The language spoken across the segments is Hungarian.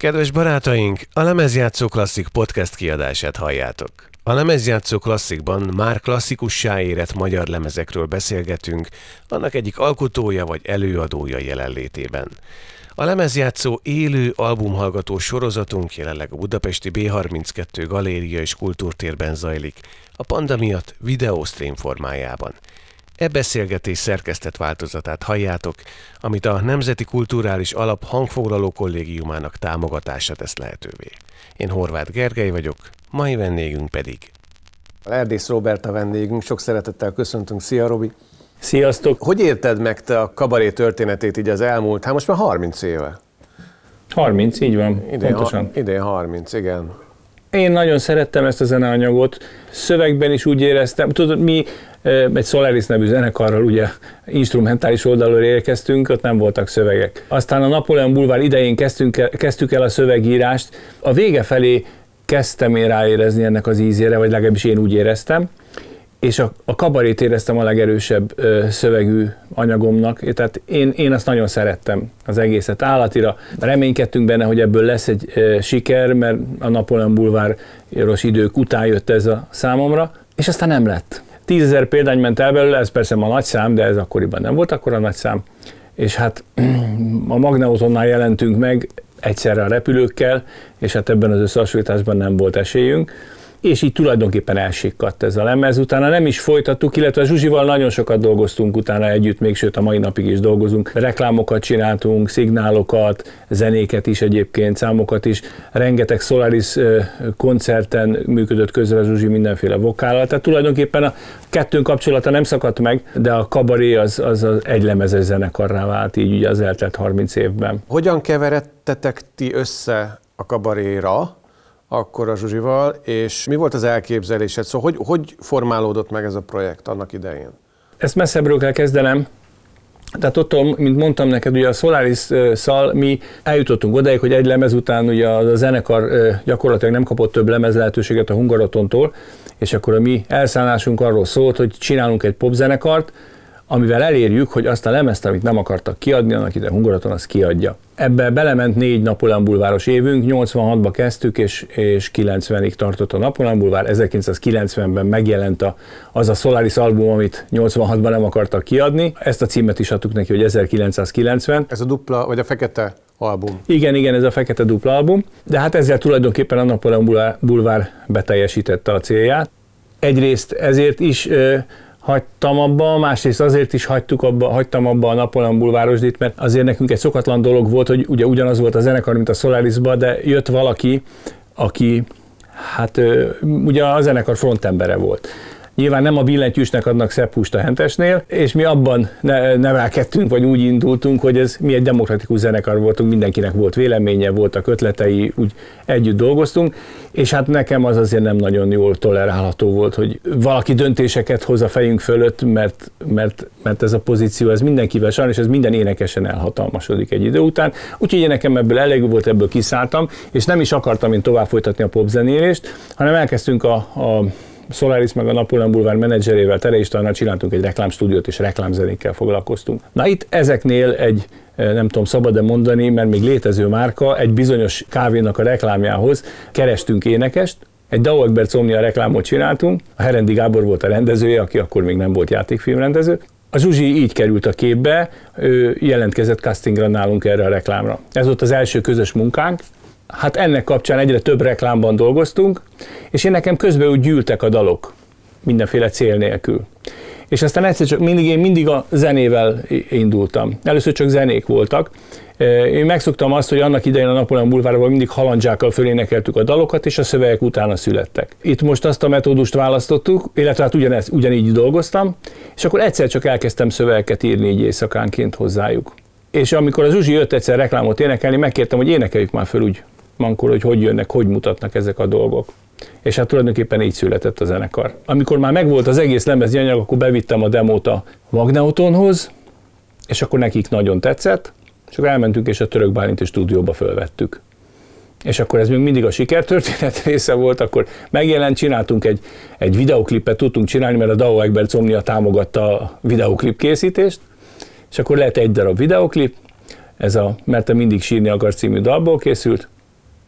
Kedves barátaink, a Lemezjátszó Klasszik podcast kiadását halljátok. A Lemezjátszó Klasszikban már klasszikussá érett magyar lemezekről beszélgetünk, annak egyik alkotója vagy előadója jelenlétében. A Lemezjátszó élő albumhallgató sorozatunk jelenleg a budapesti B32 Galéria és Kultúrtérben zajlik, a panda miatt videóstream formájában. E beszélgetés szerkesztett változatát halljátok, amit a Nemzeti Kulturális Alap hangfoglaló kollégiumának támogatása tesz lehetővé. Én Horváth Gergely vagyok, mai vendégünk pedig Erdész Róbert a vendégünk, sok szeretettel köszöntünk. Szia, Robi! Sziasztok! Hogy érted meg te a kabaré történetét így az elmúlt, most már 30 éve? 30, így van, pontosan. Idén 30, igen. Én nagyon szerettem ezt a zeneanyagot, szövegben is úgy éreztem, tudod, mi egy Solaris nevű zenekarral ugye instrumentális oldalról érkeztünk, ott nem voltak szövegek. Aztán a Napóleon Bulvár idején kezdtük el a szövegírást, a vége felé kezdtem én ráérezni ennek az ízére, vagy legalábbis én úgy éreztem, és a kabarét éreztem a legerősebb szövegű anyagomnak, tehát én azt nagyon szerettem, az egészet állatira. Reménykedtünk benne, hogy ebből lesz egy siker, mert a Napóleon Bulváros idők után jött ez a számomra, és aztán nem lett. 10 000 példány ment el belőle, ez persze ma nagy szám, de ez akkoriban nem volt akkora nagy szám, és hát a Magneutonnál jelentünk meg egyszerre a repülőkkel, és hát ebben az összehasonlításban nem volt esélyünk, és így tulajdonképpen elsikkadt ez a lemez. Utána nem is folytattuk, illetve Zsuzsival nagyon sokat dolgoztunk utána együtt, még sőt a mai napig is dolgozunk. Reklámokat csináltunk, szignálokat, zenéket is egyébként, számokat is. Rengeteg Solaris koncerten működött közre a Zsuzsi mindenféle vokállal. Tehát tulajdonképpen a kettőnk kapcsolata nem szakadt meg, de a kabaré az egy lemezes zenekarrá vált így ugye az eltelt 30 évben. Hogyan keveredtetek ti össze a kabaréra akkor a Zsuzsival, és mi volt az elképzelésed? Szóval hogy formálódott meg ez a projekt annak idején? Ezt messzebbről kell kezdenem. Tehát ott, mint mondtam neked, ugye a Solaris-szal mi eljutottunk odáig, hogy egy lemez után ugye a zenekar gyakorlatilag nem kapott több lemez lehetőséget a Hungarotontól, és akkor a mi elszállásunk arról szólt, hogy csinálunk egy popzenekart, amivel elérjük, hogy azt a lemezt, amit nem akartak kiadni, annak ide Hungaroton, azt kiadja. Ebbe belement 4 Napóleon Bulváros évünk, 86-ba kezdtük, és 90-ig tartott a Napóleon Bulvár, 1990-ben megjelent az a Solaris album, amit 86-ban nem akartak kiadni. Ezt a címet is adtuk neki, hogy 1990. Ez a dupla, vagy a fekete album? Igen, ez a fekete dupla album, de hát ezzel tulajdonképpen a Napóleon Bulvár beteljesítette a célját. Egyrészt ezért is hagytam abba, másrészt azért is hagytam abba a Napóleon Bulvárosdit, mert azért nekünk egy szokatlan dolog volt, hogy ugye ugyanaz volt a zenekar, mint a Solarisban, de jött valaki, aki hát ugye a zenekar frontembere volt. Nyilván nem a billentyűsnek adnak szebb húst a hentesnél, és mi abban nevelkedtünk, vagy úgy indultunk, hogy mi egy demokratikus zenekar voltunk, mindenkinek volt véleménye, voltak ötletei, úgy együtt dolgoztunk, és hát nekem az azért nem nagyon jól tolerálható volt, hogy valaki döntéseket hoz a fejünk fölött, mert ez a pozíció, ez mindenkivel sajnos, ez minden énekesen elhatalmasodik egy idő után, úgyhogy nekem ebből elég volt, ebből kiszálltam, és nem is akartam én tovább folytatni a popzenélést, hanem elkezdtünk a Solaris meg a Napóleon Bulvár menedzserével, Tere Istvánnal csináltunk egy reklámstúdiót, és reklámzenékkel foglalkoztunk. Na itt ezeknél egy, nem tudom, szabad-e mondani, mert még létező márka, egy bizonyos kávénak a reklámjához kerestünk énekest, egy Dao Egbert Omnia reklámot csináltunk, a Herendi Gábor volt a rendezője, aki akkor még nem volt játékfilmrendező. A Zsuzsi így került a képbe, ő jelentkezett castingra nálunk erre a reklámra. Ez volt az első közös munkánk. Hát ennek kapcsán egyre több reklámban dolgoztunk, és nekem közben úgy gyűltek a dalok, mindenféle cél nélkül. És aztán egyszer csak én mindig a zenével indultam. Először csak zenék voltak. Én megszoktam azt, hogy annak idején a Napóleon Bulvárban mindig halandzsákkal fölénekeltük a dalokat, és a szövegek utána születtek. Itt most azt a metódust választottuk, illetve hát ugyanígy dolgoztam, és akkor egyszer csak elkezdtem szövegeket írni így éjszakánként hozzájuk. És amikor a Zsuzsi jött egyszer reklámot énekelni, megkértem, hogy énekeljük már föl úgy mankor, hogy jönnek, hogy mutatnak ezek a dolgok. És hát tulajdonképpen így született a zenekar. Amikor már megvolt az egész lemezi anyag, akkor bevittem a demót a Magneutonhoz, és akkor nekik nagyon tetszett, és akkor elmentünk, és a Török Bálinti stúdióba fölvettük. És akkor ez még mindig a sikertörténet része volt, akkor megjelent, csináltunk egy videoklipet, tudtunk csinálni, mert a Dao Egbert Omnia támogatta a videoklip készítést, és akkor lett egy darab videoklip, ez a Mert te mindig sírni akarsz című dalból készült,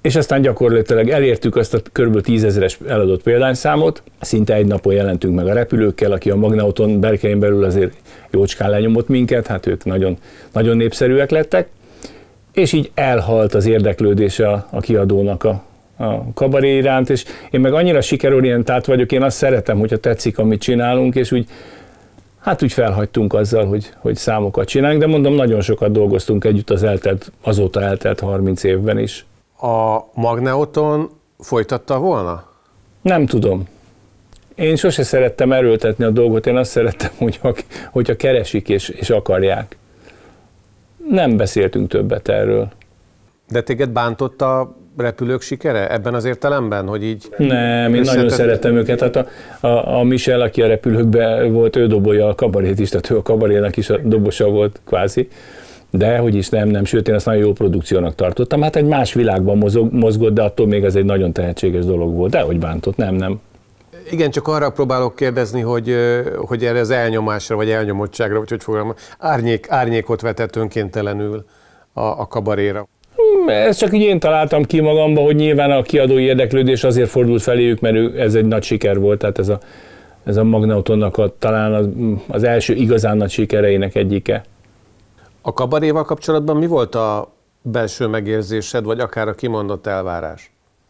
és aztán gyakorlatilag elértük azt a kb. 10 000-es eladott példányszámot, szinte egy napon jelentünk meg a repülőkkel, aki a Magnauton berkein belül azért jócskán lenyomott minket, hát ők nagyon, nagyon népszerűek lettek, és így elhalt az érdeklődés a kiadónak a kabaré iránt, és én meg annyira sikerorientált vagyok, én azt szeretem, hogyha tetszik, amit csinálunk, és úgy felhagytunk azzal, hogy számokat csinálunk, de mondom, nagyon sokat dolgoztunk együtt azóta eltelt 30 évben is. A Magnauton folytatta volna? Nem tudom. Én sose szerettem erőltetni a dolgot, én azt szerettem, hogyha keresik és akarják. Nem beszéltünk többet erről. De téged bántott a repülők sikere ebben az értelemben, hogy így... Nem, én nagyon szeretem őket. Hát a Michel, aki a repülőkben volt, ő dobolja a kabarét is, tehát ő a kabarénak is a dobosa volt kvázi. De hogy is nem, sőt én azt nagyon jó produkciónak tartottam. Hát egy más világban mozgott, de attól még ez egy nagyon tehetséges dolog volt. De hogy bántott, nem. Igen, csak arra próbálok kérdezni, hogy erre az elnyomásra, vagy elnyomottságra, vagy hogy fogalmam, árnyékot vetett önkéntelenül a kabaréra. Ezt csak így én találtam ki magamba, hogy nyilván a kiadói érdeklődés azért fordult feléjük, mert ez egy nagy siker volt, tehát ez a Magnautonnak talán az első igazán nagy sikereinek egyike. A kabaréval kapcsolatban mi volt a belső megérzésed, vagy akár a kimondott elvárás?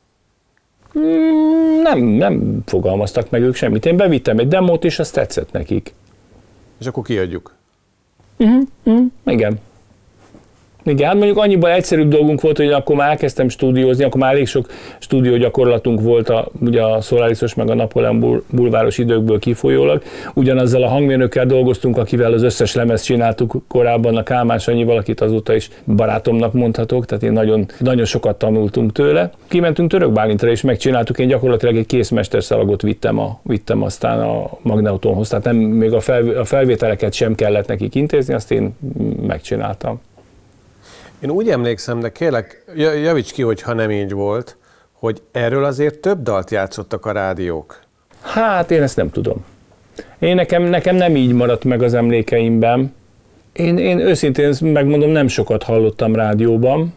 Nem fogalmaztak meg ők semmit. Én bevittem egy demót, és az tetszett nekik. És akkor kiadjuk? Igen. Igen, hát mondjuk annyiban egyszerűbb dolgunk volt, hogy akkor már elkezdtem stúdiózni, akkor már elég sok stúdiógyakorlatunk volt ugye a Solaris-os meg a Napóleon bulváros időkből kifolyólag. Ugyanazzal a hangmérnökkel dolgoztunk, akivel az összes lemezt csináltuk korábban, a Kálmán Sanyival, akit azóta is barátomnak mondhatok, tehát én nagyon sokat tanultunk tőle. Kimentünk Török Bálintra és megcsináltuk, én gyakorlatilag egy kész mesterszalagot vittem aztán a Magnautonhoz, tehát még a felvételeket sem kellett nekik intézni, azt én megcsináltam. Én úgy emlékszem, de kérlek, javíts ki, hogyha nem így volt, hogy erről azért több dalt játszottak a rádiók. Hát én ezt nem tudom. Nekem nem így maradt meg az emlékeimben. Én őszintén megmondom, nem sokat hallottam rádióban.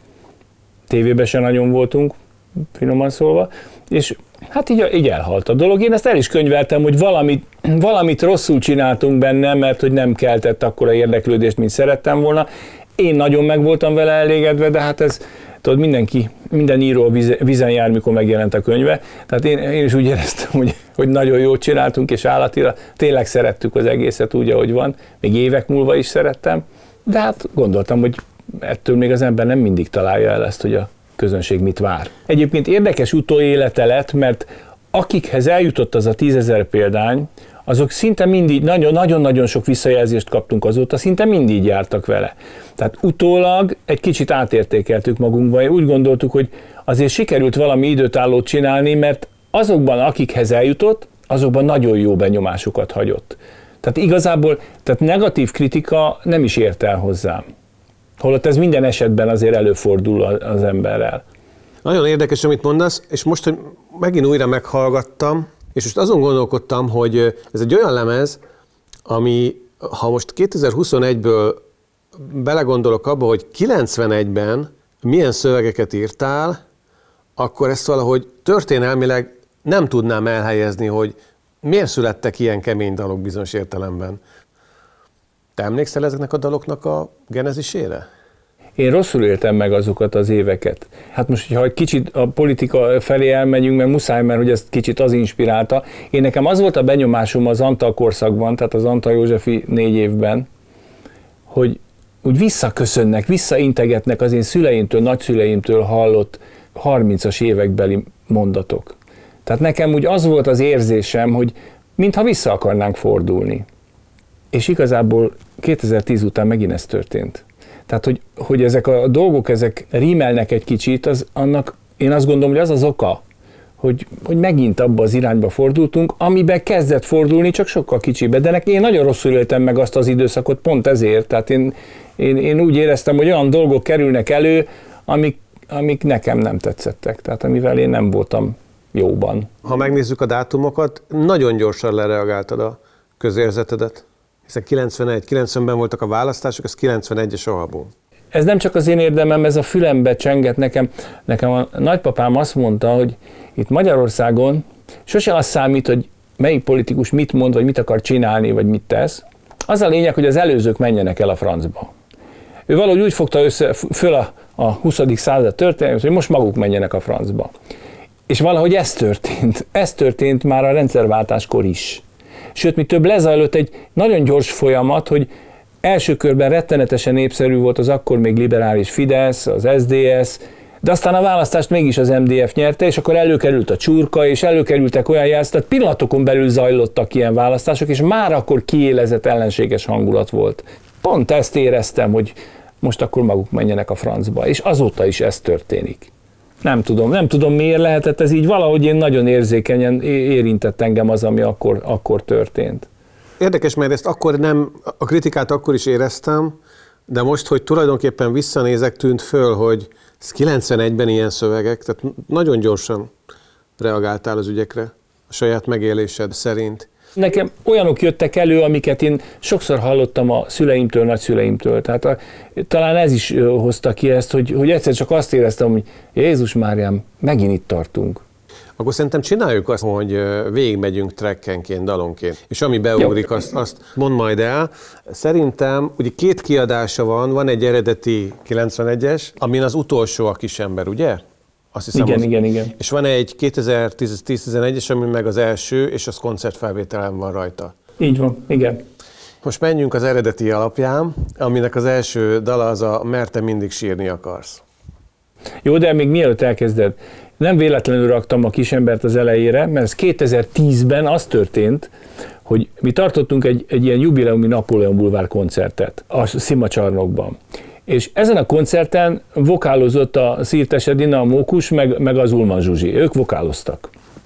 Tévében sem nagyon voltunk, finoman szólva. És hát így elhalt a dolog. Én ezt el is könyveltem, hogy valamit rosszul csináltunk benne, mert hogy nem keltett akkora érdeklődést, mint szerettem volna. Én nagyon meg voltam vele elégedve, de hát ez, tudod, minden író vízen jár, mikor megjelent a könyve. Tehát én is úgy éreztem, hogy nagyon jót csináltunk, és állatira tényleg szerettük az egészet úgy, ahogy van. Még évek múlva is szerettem, de hát gondoltam, hogy ettől még az ember nem mindig találja el ezt, hogy a közönség mit vár. Egyébként érdekes utóélete lett, mert akikhez eljutott az a 10 000 példány, azok szinte mindig, nagyon-nagyon sok visszajelzést kaptunk azóta, szinte mindig jártak vele. Tehát utólag egy kicsit átértékeltük magunkba, úgy gondoltuk, hogy azért sikerült valami időtállót csinálni, mert azokban, akikhez eljutott, azokban nagyon jó benyomásokat hagyott. Tehát igazából negatív kritika nem is ért el hozzám. Holott ez minden esetben azért előfordul az emberrel. Nagyon érdekes, amit mondasz, és most, hogy megint újra meghallgattam, és most azon gondolkodtam, hogy ez egy olyan lemez, ami, ha most 2021-ből belegondolok abba, hogy 91-ben milyen szövegeket írtál, akkor ezt valahogy történelmileg nem tudnám elhelyezni, hogy miért születtek ilyen kemény dalok bizonyos értelemben. Te emlékszel ezeknek a daloknak a genezisére? Én rosszul éltem meg azokat az éveket. Hát most, hogyha egy kicsit a politika felé elmegyünk, mert muszáj, mert hogy ezt kicsit az inspirálta. Én nekem az volt a benyomásom az Antal korszakban, tehát az Antal Józsefi 4 évben, hogy úgy visszaköszönnek, visszaintegetnek az én szüleimtől, nagyszüleimtől hallott 30-as évekbeli mondatok. Tehát nekem úgy az volt az érzésem, hogy mintha vissza akarnánk fordulni. És igazából 2010 után megint ez történt. Tehát, hogy ezek a dolgok, ezek rímelnek egy kicsit, annak én azt gondolom, hogy az az oka, hogy megint abba az irányba fordultunk, amiben kezdett fordulni, csak sokkal kicsibe. De én nagyon rosszul éltem meg azt az időszakot pont ezért. Tehát én úgy éreztem, hogy olyan dolgok kerülnek elő, amik nekem nem tetszettek. Tehát amivel én nem voltam jóban. Ha megnézzük a dátumokat, nagyon gyorsan lereagáltad a közérzetedet. Hiszen 90-ben voltak a választások, ez 91-es album. ez nem csak az én érdemem, ez a fülembe csengett nekem. Nekem a nagypapám azt mondta, hogy itt Magyarországon sose az számít, hogy melyik politikus mit mond, vagy mit akar csinálni, vagy mit tesz. Az a lényeg, hogy az előzők menjenek el a francba. Ő valahogy úgy fogta föl a 20. század történelmet, hogy most maguk menjenek a francba. És valahogy ez történt. Ez történt már a rendszerváltáskor is. Sőt, mi több, lezajlott egy nagyon gyors folyamat, hogy első körben rettenetesen népszerű volt az akkor még liberális Fidesz, az SZDSZ, de aztán a választást mégis az MDF nyerte, és akkor előkerült a csurka, és előkerültek olyan tehát pillanatokon belül zajlottak ilyen választások, és már akkor kiélezett ellenséges hangulat volt. Pont ezt éreztem, hogy most akkor maguk menjenek a francba, és azóta is ez történik. Nem tudom miért lehetett ez így, valahogy én nagyon érzékenyen érintett engem az, ami akkor történt. Érdekes, mert ezt akkor a kritikát akkor is éreztem, de most, hogy tulajdonképpen visszanézek, tűnt föl, hogy ez 91-ben ilyen szövegek, tehát nagyon gyorsan reagáltál az ügyekre, a saját megélésed szerint. Nekem olyanok jöttek elő, amiket én sokszor hallottam a szüleimtől, nagyszüleimtől. Tehát talán ez is hozta ki ezt, hogy egyszer csak azt éreztem, hogy Jézus Máriám, megint itt tartunk. Akkor szerintem csináljuk azt, hogy végigmegyünk trekkenként, dalonként. És ami beugrik, azt mondd majd el. Szerintem ugye 2 kiadása van egy eredeti 91-es, amin az utolsó a Kisember, ugye? Azt hiszem, igen. És van egy 2010-11-es, ami meg az első, és az koncertfelvételen van rajta. Így van, igen. Most menjünk az eredeti alapján, aminek az első dala az a Mert te mindig sírni akarsz. Jó, de még mielőtt elkezded, nem véletlenül raktam a Kisembert az elejére, mert ez 2010-ben az történt, hogy mi tartottunk egy ilyen jubileumi Napóleon Bulvár koncertet a Szimacsarnokban. És ezen a koncerten vokálozott a Szirtes Edina, a Mókus, meg az Ulman Zsuzsi. Ők vokáloztak.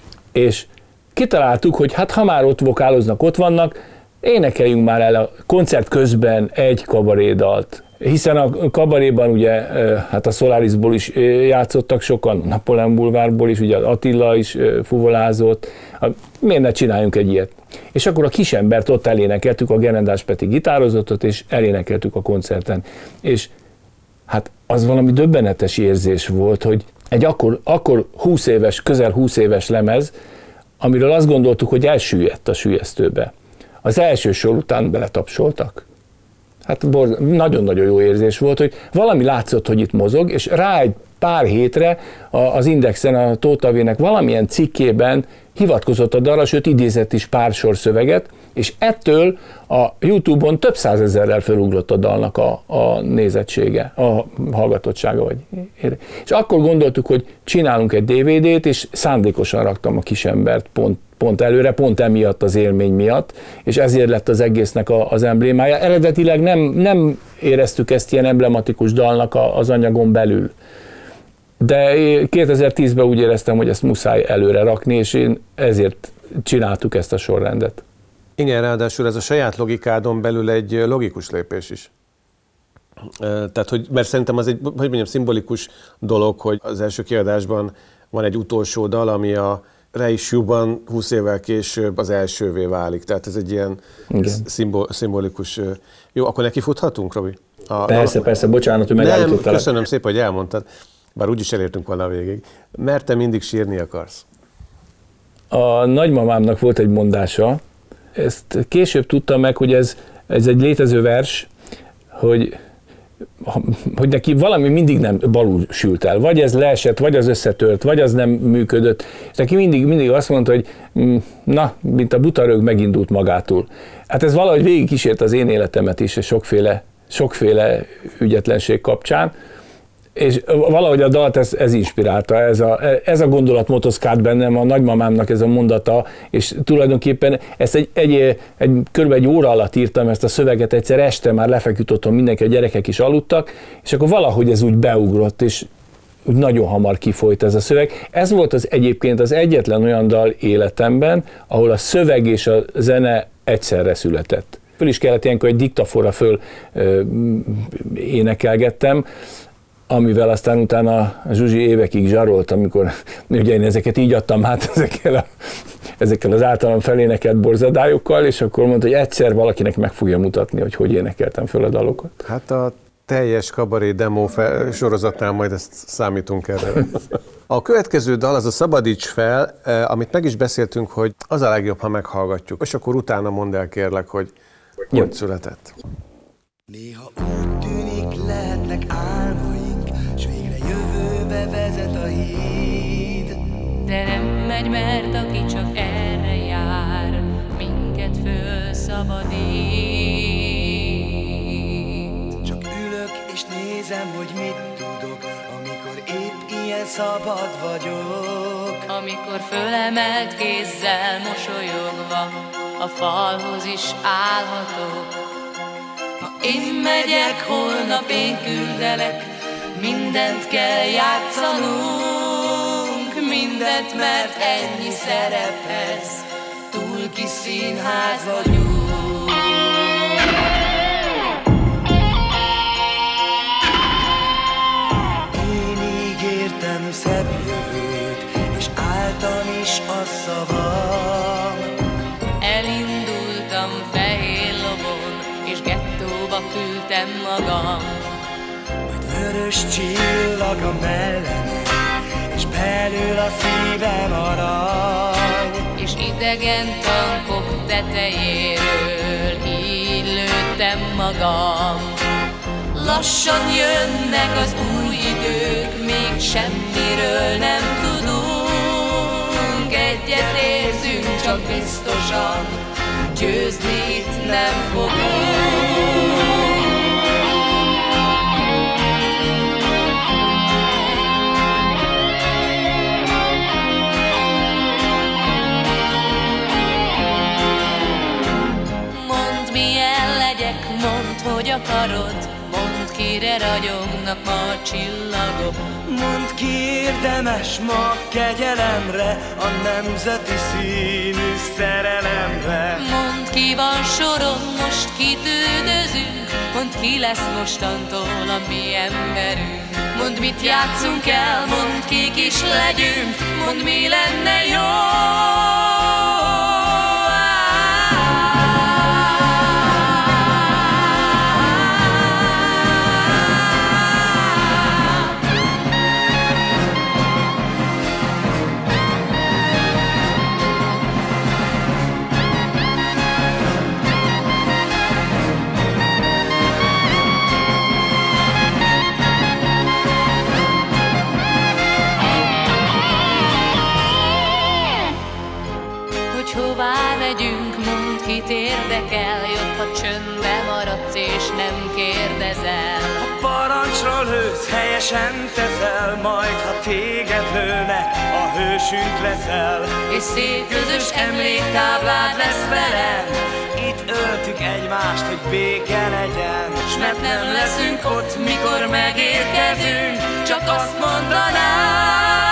És kitaláltuk, hogy hát ha már ott vokáloznak, ott vannak, énekeljünk már el a koncert közben egy kabarédalt. Hiszen a kabaréban ugye, hát a Solarisból is játszottak sokan, Napóleon Bulvárból is, ugye Attila is fuvolázott. Miért ne csináljunk egy ilyet? És akkor a Kisembert ott elénekeltük, a Gerendás Peti gitározott, és elénekeltük a koncerten. És hát az valami döbbenetes érzés volt, hogy egy akkor 20 éves, közel 20 éves lemez, amiről azt gondoltuk, hogy elsüllyedt a süllyesztőbe. Az első sor után beletapsoltak. Hát nagyon-nagyon jó érzés volt, hogy valami látszott, hogy itt mozog, és rá egy pár hétre az Indexen a Tóth Avének valamilyen cikkében hivatkozott a dalra, sőt idézett is pár sor szöveget, és ettől a YouTube-on több százezerrel felugrott a dalnak a nézettsége, a hallgatottsága. És akkor gondoltuk, hogy csinálunk egy DVD-t, és szándékosan raktam a Kisembert pont előre, pont emiatt az élmény miatt, és ezért lett az egésznek az emblémája. Eredetileg nem éreztük ezt ilyen emblematikus dalnak az anyagon belül. De 2010-ben úgy éreztem, hogy ezt muszáj előre rakni, és én ezért csináltuk ezt a sorrendet. Igen, ráadásul ez a saját logikádon belül egy logikus lépés is. Tehát, mert szerintem az egy, hogy mondjam, szimbolikus dolog, hogy az első kiadásban van egy utolsó dal, ami a Reissue-ban 20 évvel később az elsővé válik. Tehát ez egy ilyen szimbolikus... Jó, akkor neki futhatunk, Robi? Persze, bocsánat, hogy megállítottalak. Nem, köszönöm szépen, hogy elmondtad. Bár úgyis elértünk volna a végig. Mert te mindig sírni akarsz. A nagymamámnak volt egy mondása, ezt később tudtam meg, hogy ez egy létező vers, hogy neki valami mindig nem balul sült el. Vagy ez leesett, vagy az összetört, vagy az nem működött. És neki mindig azt mondta, hogy na, mint a butarög megindult magától. Hát ez valahogy végigkísért az én életemet is, és sokféle ügyetlenség kapcsán. És valahogy a dalt ez inspirálta, ez a gondolat motoszkált bennem, a nagymamámnak ez a mondata, és tulajdonképpen ezt körülbelül egy óra alatt írtam ezt a szöveget, egyszer este már lefeküdt otthon mindenki, a gyerekek is aludtak, és akkor valahogy ez úgy beugrott, és úgy nagyon hamar kifolyt ez a szöveg. Ez volt egyébként az egyetlen olyan dal életemben, ahol a szöveg és a zene egyszerre született. Föl is kellett ilyenkor egy diktafonra énekelgettem, amivel aztán utána a Zsuzsi évekig zsarolt, amikor ugye én ezeket így adtam hát ezekkel az általam felénekelt borzadályokkal, és akkor mondta, hogy egyszer valakinek meg fogja mutatni, hogy énekeltem föl a dalokat. Hát a teljes kabaré demo sorozatnál majd ezt számítunk erre. A következő dal az a Szabadíts fel, amit meg is beszéltünk, hogy az a legjobb, ha meghallgatjuk. És akkor utána mondd el kérlek, hogy hogy született. Néha úgy tűnik, lehetnek álmaink, s végre jövőbe vezet a híd. De nem megy, mert aki csak erre jár, minket fölszabadít. Csak ülök és nézem, hogy mit tudok, amikor épp ilyen szabad vagyok. Amikor fölemelt kézzel mosolyogva a falhoz is állhatok. Ha én megyek, holnap én küldelek, mindent kell játszanunk, mindent, mert ennyi szerephez túl kis színház vagyunk. Én ígértem szebb jövőt, és álltam is a szavam. Elindultam fehér lovon, és gettóba küldtem magam. Majd vörös csillag a mellemen, és belül a szívem arany. És idegen tankok tetejéről így lőttem magam. Lassan jönnek az új idők, még semmiről nem tudunk. Egyet érzünk, csak biztosan, győzni itt nem fogunk. Mondd, milyen legyek, mondd, hogy akarod, mondd, kire ragyognak ma a csillagok. Mondd, ki érdemes ma kegyelemre, a nemzeti színű szerelemre. Mondd, ki van soron, most kit üldözünk, mondd, ki lesz mostantól a mi emberünk. Mondd, mit játszunk el, mondd, kik is legyünk, mondd, mi lenne jó. Hová megyünk, mondd, kit érdekel, jobb, ha csöndbe maradsz és nem kérdezel. Ha parancsra lősz, helyesen teszel, majd ha téged lőnek, a hősünk leszel. És szép közös emléktáblád lesz velem. Itt öltük egymást, hogy béke legyen, S mert nem leszünk ott, mikor megérkezünk, csak azt mondanád.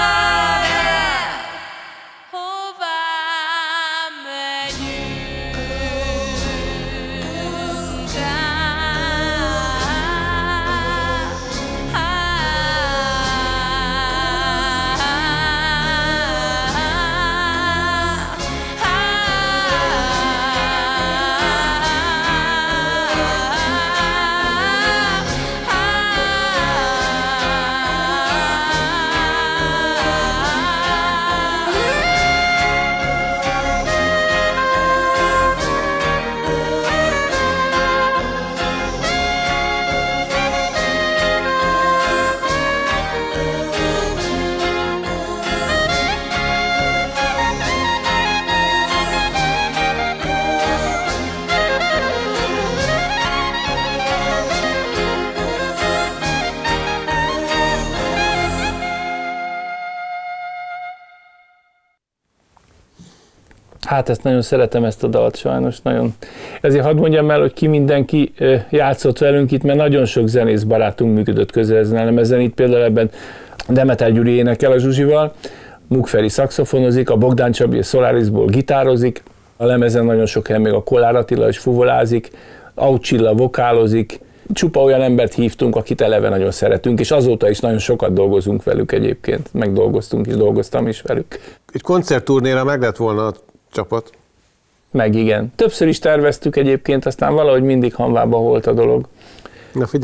Hát ezt nagyon szeretem, ezt a dalt sajnos nagyon. Ezért hadd mondjam el, hogy ki mindenki játszott velünk itt, mert nagyon sok zenész barátunk működött közül ezen a lemezen. Itt például ebben Demeter Gyuri énekel a Zsuzsival, Muk Feri szaxofonozik, a Bogdán Csabi a Solarisból gitározik, a lemezen nagyon sok helyen még a Kollár Attila is fuvolázik, Auth Csilla vokálozik, csupa olyan embert hívtunk, akit eleve nagyon szeretünk, és azóta is nagyon sokat dolgozunk velük egyébként, megdolgoztunk és dolgoztam is velük. Egy koncertturnéra meg lett volna a csapat? Meg igen. Többször is terveztük egyébként, aztán valahogy mindig hanvába volt a dolog. Na figyelek,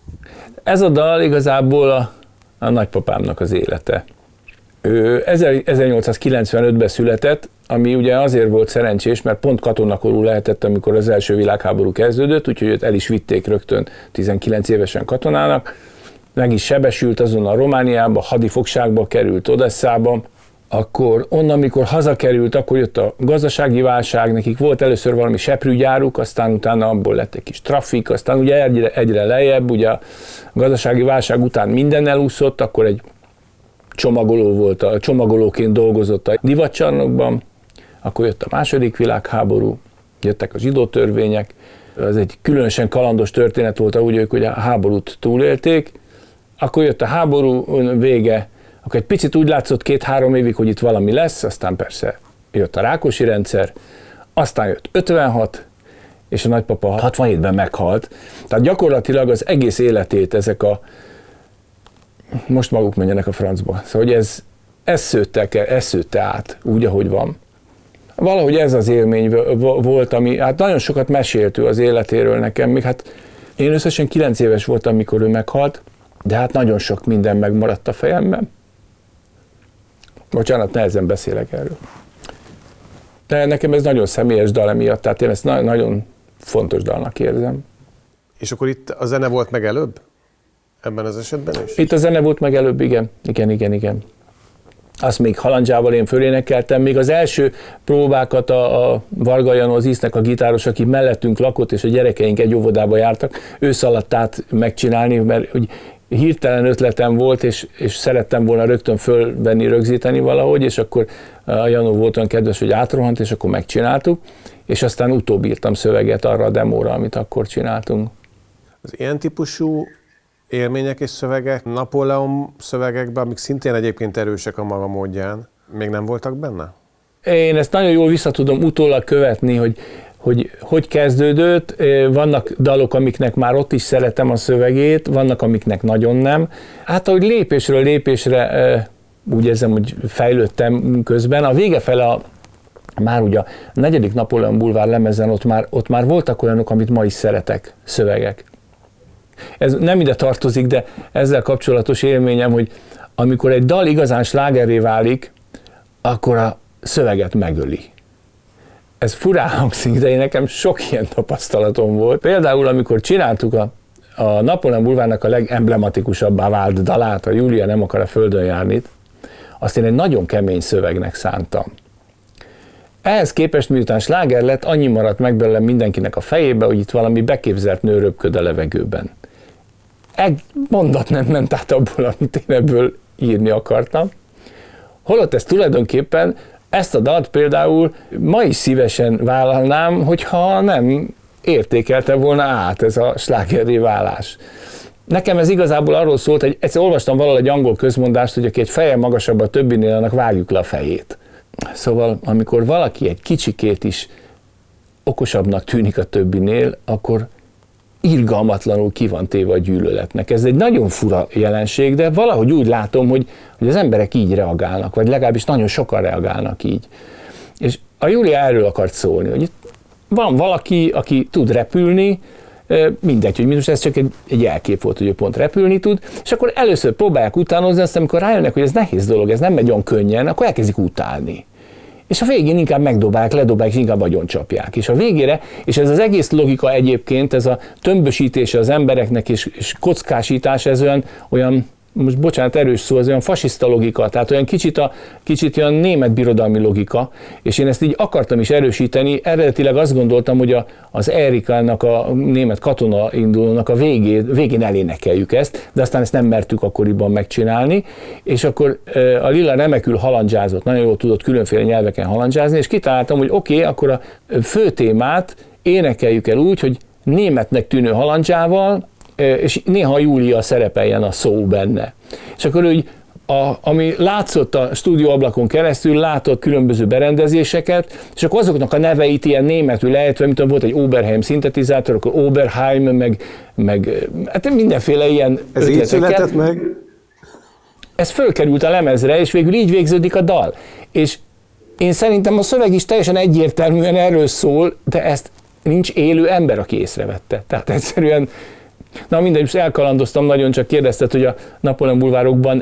Ez a dal igazából a nagypapámnak az élete. Ő 1895-ben született, ami ugye azért volt szerencsés, mert pont katonakorú lehetett, amikor az első világháború kezdődött, úgyhogy őt el is vitték rögtön 19 évesen katonának. Meg is sebesült azonnal Romániába, hadifogságba került Odesszába. Akkor onnan, amikor hazakerült, akkor jött a gazdasági válság, nekik volt először valami seprűgyáruk, aztán utána abból lett egy kis trafik, aztán ugye egyre lejjebb, ugye a gazdasági válság után minden elúszott, akkor egy csomagoló volt, csomagolóként dolgozott a divatcsarnokban, akkor jött a második világháború, jöttek a zsidó törvények, ez egy különösen kalandos történet volt, ahogy ők ugye a háborút túlélték, akkor jött a háború vége, akkor egy picit úgy látszott 2-3 évig, hogy itt valami lesz, aztán persze jött a Rákosi rendszer, aztán jött 56, és a nagypapa 67-ben meghalt. Tehát gyakorlatilag az egész életét ezek most maguk menjenek a francba. Szóval, hogy ez szőtte át, úgy, ahogy van. Valahogy ez az élmény volt, ami, hát nagyon sokat mesélt ő az életéről nekem, még hát én összesen 9 éves voltam, amikor ő meghalt, de hát nagyon sok minden megmaradt a fejemben. Bocsánat, nehezen beszélek erről. De nekem ez nagyon személyes dal emiatt, tehát én ezt nagyon fontos dalnak érzem. És akkor itt a zene volt meg előbb? Ebben az esetben is? Itt a zene volt meg előbb, igen. Azt még halandzsával én fölénekeltem, még az első próbákat a Varga Janó, az Íznek a gitáros, aki mellettünk lakott, és a gyerekeink egy óvodába jártak, ő szaladt át megcsinálni, mert hogy hirtelen ötletem volt, és szerettem volna rögtön fölvenni, rögzíteni valahogy, és akkor a Janó volt olyan kedves, hogy átrohant, és akkor megcsináltuk, és aztán utóbb írtam szöveget arra a demóra, amit akkor csináltunk. Az ilyen típusú élmények és szövegek, Napóleon szövegekben, amik szintén egyébként erősek a maga módján, még nem voltak benne? Én ezt nagyon jól vissza tudom utólag követni, hogy kezdődött. Vannak dalok, amiknek már ott is szeretem a szövegét, vannak, amiknek nagyon nem. Hát, ahogy lépésről lépésre úgy érzem, hogy fejlődtem közben. A vége fele már ugye a 4. Napóleon bulvár lemezen ott már voltak olyanok, amit ma is szeretek, szövegek. Ez nem ide tartozik, de ezzel kapcsolatos élményem, hogy amikor egy dal igazán slágerré válik, akkor a szöveget megöli. Ez furán hangzik, de nekem sok ilyen tapasztalatom volt. Például, amikor csináltuk a Napóleon bulvárnak a legemblematikusabbá vált dalát, a Júlia nem akar a földön járni, azt én egy nagyon kemény szövegnek szántam. Ehhez képest, miután sláger lett, annyi maradt meg belőle mindenkinek a fejébe, hogy itt valami beképzelt nő röpköd a levegőben. Egy mondat nem ment át abból, amit én ebből írni akartam. Holott ez tulajdonképpen, ezt a dalt például ma is szívesen vállalnám, hogyha nem értékelte volna át ez a slágerré válás. Nekem ez igazából arról szólt, hogy egyszer olvastam valahol egy angol közmondást, hogy aki egy feje magasabb a többinél, annak vágjuk le a fejét. Szóval, amikor valaki egy kicsikét is okosabbnak tűnik a többinél, akkor irgalmatlanul ki van téve a gyűlöletnek. Ez egy nagyon fura jelenség, de valahogy úgy látom, hogy az emberek így reagálnak, vagy legalábbis nagyon sokan reagálnak így. És a Júlia erről akart szólni, hogy itt van valaki, aki tud repülni, mindegy, hogy most ez csak egy jelkép volt, hogy ő pont repülni tud, és akkor először próbálják utánozni, aztán amikor rájönnek, hogy ez nehéz dolog, ez nem megy olyan könnyen, akkor elkezdik utálni. És a végén inkább megdobálják, ledobálják, és inkább agyoncsapják. És a végére, és ez az egész logika egyébként, ez a tömbösítése az embereknek és kockásítás, ez olyan most bocsánat, erős szó, az olyan fasiszta logika, tehát olyan kicsit olyan német birodalmi logika, és én ezt így akartam is erősíteni, eredetileg azt gondoltam, hogy az Erikának, a német katona indulónak a végén elénekeljük ezt, de aztán ezt nem mertük akkoriban megcsinálni, és akkor a Lilla remekül halandzsázott, nagyon jól tudott különféle nyelveken halandzsázni, és kitaláltam, hogy oké, akkor a fő témát énekeljük el úgy, hogy németnek tűnő halandzsával, és néha Júlia szerepeljen a szó benne. És akkor úgy, ami látszott a stúdióablakon keresztül, látott különböző berendezéseket, és akkor azoknak a neveit ilyen németül ejtve, mint volt egy Oberheim szintetizátor, akkor Oberheim, meg hát mindenféle ilyen ez ötleteket. így született meg? Ez fölkerült a lemezre, és végül így végződik a dal. És én szerintem a szöveg is teljesen egyértelműen erről szól, de ezt nincs élő ember, aki észrevette. Tehát egyszerűen Na mindegy, most elkalandoztam nagyon, csak kérdezted, hogy a Napóleon bulvárokban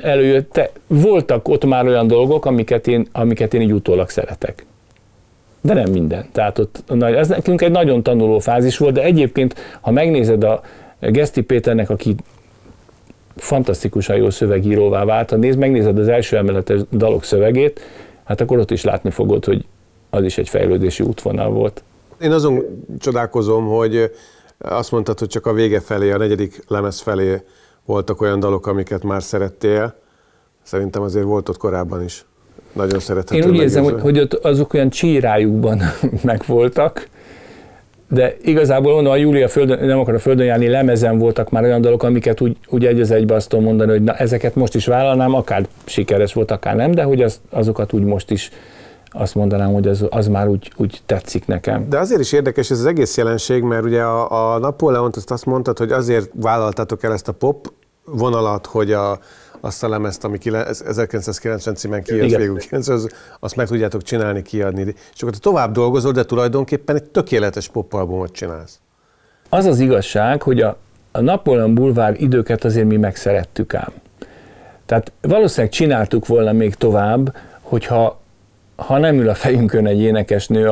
voltak ott már olyan dolgok, amiket én így utólag szeretek. De nem minden. Tehát ott, ez nekünk egy nagyon tanuló fázis volt, de egyébként, ha megnézed a Geszti Péternek, aki fantasztikusan jó szövegíróvá vált, ha megnézed az első emeletes dalok szövegét, hát akkor ott is látni fogod, hogy az is egy fejlődési útvonal volt. Én azon csodálkozom, hogy azt mondtad, hogy csak a vége felé, a 4. lemez felé voltak olyan dalok, amiket már szerettél. Szerintem azért volt ott korábban is. Nagyon szerethető. Én úgy érzem, hogy ott azok olyan csírájukban megvoltak, de igazából mondom, a Júlia nem akar a földön járni lemezen voltak már olyan dalok, amiket úgy egy az egybe azt tudom mondani, hogy na, ezeket most is vállalnám, akár sikeres volt, akár nem, de hogy azokat úgy most is azt mondanám, hogy az már úgy tetszik nekem. De azért is érdekes ez az egész jelenség, mert ugye a Napóleont azt mondtad, hogy azért vállaltátok el ezt a pop vonalat, hogy azt a lemezt, ami 1990 címen kijött végül, azt meg tudjátok csinálni, kiadni. És akkor te tovább dolgozol, de tulajdonképpen egy tökéletes popalbumot csinálsz. Az az igazság, hogy a Napóleon bulvár időket azért mi megszerettük ám. Tehát valószínűleg csináltuk volna még tovább, hogyha nem ül a fejünkön egy énekesnő,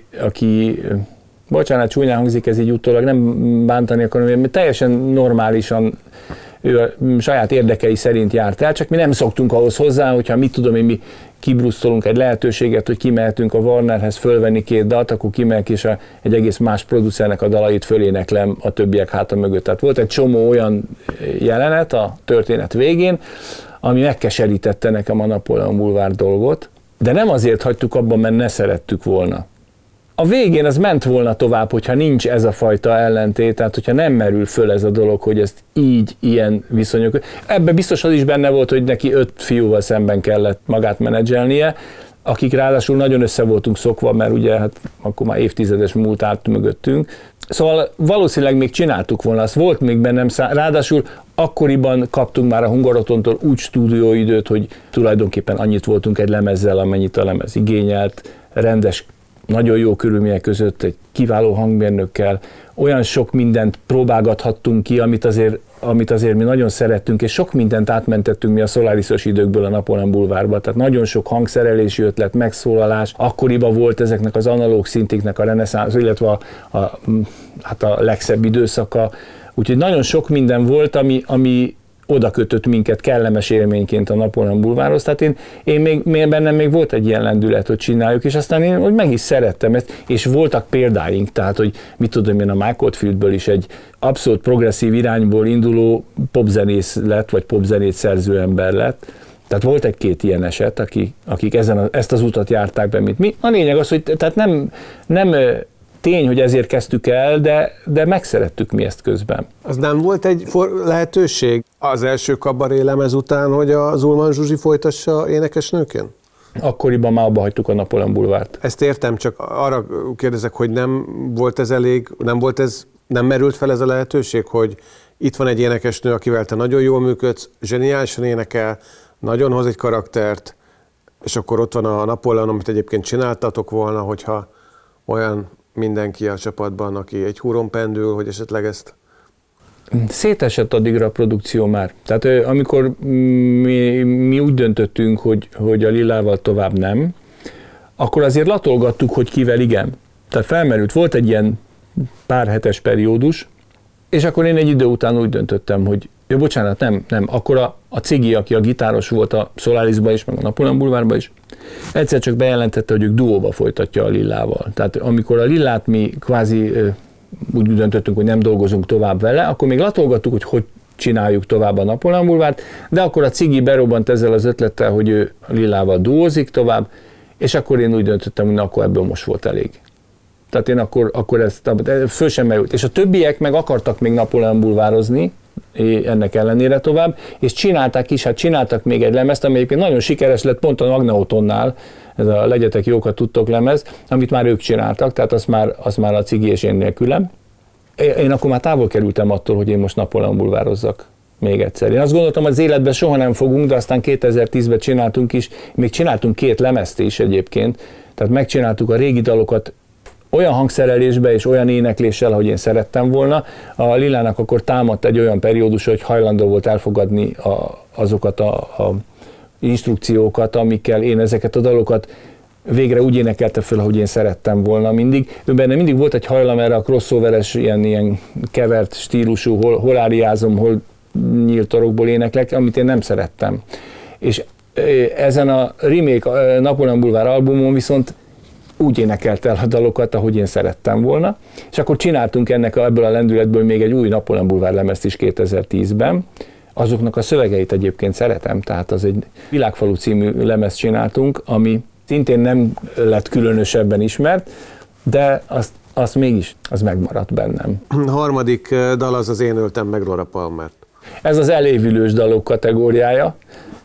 aki bocsánat, csúnyán hangzik ez így utólag, nem bántani akarom, mert teljesen normálisan ő a saját érdekei szerint járt el, csak mi nem szoktunk ahhoz hozzá, hogyha mit tudom én, mi kibrusztolunk egy lehetőséget, hogy kimehetünk a Warnerhez fölvenni 2 dalt, akkor kimegyek és egy egész más producernek a dalait föléneklem a többiek háta mögött. Tehát volt egy csomó olyan jelenet a történet végén, ami megkeserítette nekem a Napóleon bulvár dolgot, de nem azért hagytuk abban, mert ne szerettük volna. A végén az ment volna tovább, hogyha nincs ez a fajta ellentét, tehát hogyha nem merül föl ez a dolog, hogy ezt így, ilyen viszonyok. Ebben biztos az is benne volt, hogy neki 5 fiúval szemben kellett magát menedzselnie, akik ráadásul nagyon össze voltunk szokva, mert ugye hát akkor már évtizedes múlt állt mögöttünk. Szóval valószínűleg még csináltuk volna, az volt még bennem, ráadásul akkoriban kaptunk már a Hungarotontól úgy stúdióidőt, hogy tulajdonképpen annyit voltunk egy lemezzel, amennyit a lemez igényelt, rendes, nagyon jó körülmények között, egy kiváló hangmérnökkel, olyan sok mindent próbálgathattunk ki, amit azért mi nagyon szerettünk, és sok mindent átmentettünk mi a Solarisos időkből a Napóleon bulvárba, tehát nagyon sok hangszerelési ötlet, megszólalás, akkoriban volt ezeknek az analóg szintiknek a reneszánsz, illetve a legszebb időszaka, úgyhogy nagyon sok minden volt, ami oda kötött minket kellemes élményként a Napóleon bulvárhoz, tehát bennem még volt egy ilyen lendület, hogy csináljuk, és aztán én hogy meg is szerettem ezt, és voltak példáink, tehát hogy mit tudom én, a Mike Oldfieldből is egy abszolút progresszív irányból induló popzenész lett, vagy popzenét szerző ember lett. Tehát volt egy-két ilyen eset, akik ezt az utat járták be, mint mi. A lényeg az, hogy tehát nem tény, hogy ezért kezdtük el, de megszerettük mi ezt közben. Az nem volt egy lehetőség az első kabaré lemez után, hogy az Ullmann Zsuzsi folytassa énekesnőként? Akkoriban már abba hagytuk a Napóleon bulvárt. Ezt értem, csak arra kérdezek, hogy nem volt ez elég, nem merült fel ez a lehetőség, hogy itt van egy énekesnő, akivel te nagyon jól működsz, zseniálisan énekel, nagyon hoz egy karaktert, és akkor ott van a Napóleon, amit egyébként csináltatok volna, hogyha olyan mindenki a csapatban, aki egy húron pendül, hogy esetleg ezt... Szétesett addigra a produkció már. Tehát amikor mi úgy döntöttünk, hogy a Lillával tovább nem, akkor azért latolgattuk, hogy kivel igen. Tehát felmerült, volt egy ilyen pár hetes periódus, és akkor én egy idő után úgy döntöttem, hogy bocsánat, nem. Akkor a Cigi, aki a gitáros volt a Solarisban is, meg a Napóleon bulvárban is, egyszer csak bejelentette, hogy ők duóba folytatja a Lillával. Tehát amikor a Lillát mi kvázi úgy döntöttünk, hogy nem dolgozunk tovább vele, akkor még latolgattuk, hogy csináljuk tovább a Napóleon bulvárt, de akkor a Cigi berobbant ezzel az ötlettel, hogy ő a Lillával duózik tovább, és akkor én úgy döntöttem, hogy akkor ebből most volt elég. Tehát én akkor ezt föl sem merült. És a többiek meg akartak még Napóleon bulvározni, ennek ellenére tovább, és csináltak még egy lemezt, ami egyébként nagyon sikeres lett pont a Magneotonnál, ez a Legyetek jókat tudtok lemez, amit már ők csináltak, tehát az már a Cigi és én nélkülem. Én akkor már távol kerültem attól, hogy én most Napóleon bulvározzak még egyszer. Én azt gondoltam, hogy az életben soha nem fogunk, de aztán 2010-ben csináltunk is, még csináltunk 2 lemezt is egyébként, tehát megcsináltuk a régi dalokat olyan hangszerelésbe és olyan énekléssel, ahogy én szerettem volna. A Lilának akkor támadt egy olyan periódus, hogy hajlandó volt elfogadni azokat a instrukciókat, amikkel én ezeket a dalokat végre úgy énekelte föl, ahogy én szerettem volna mindig. Benne mindig volt egy hajlam erre a crossoveres, ilyen kevert stílusú, hol áriázom, hol nyílt torokból éneklek, amit én nem szerettem. És ezen a remake Napóleon Bulvár albumon viszont úgy énekelt el a dalokat, ahogy én szerettem volna. És akkor csináltunk ebből a lendületből még egy új Napóleon Bulvár lemezt is 2010-ben. Azoknak a szövegeit egyébként szeretem, tehát az egy Világfalu című lemezt csináltunk, ami szintén nem lett különösebben ismert, de azt mégis, az megmaradt bennem. A harmadik dal az Én öltem meg Laura Palmert. Ez az elévülős dalok kategóriája.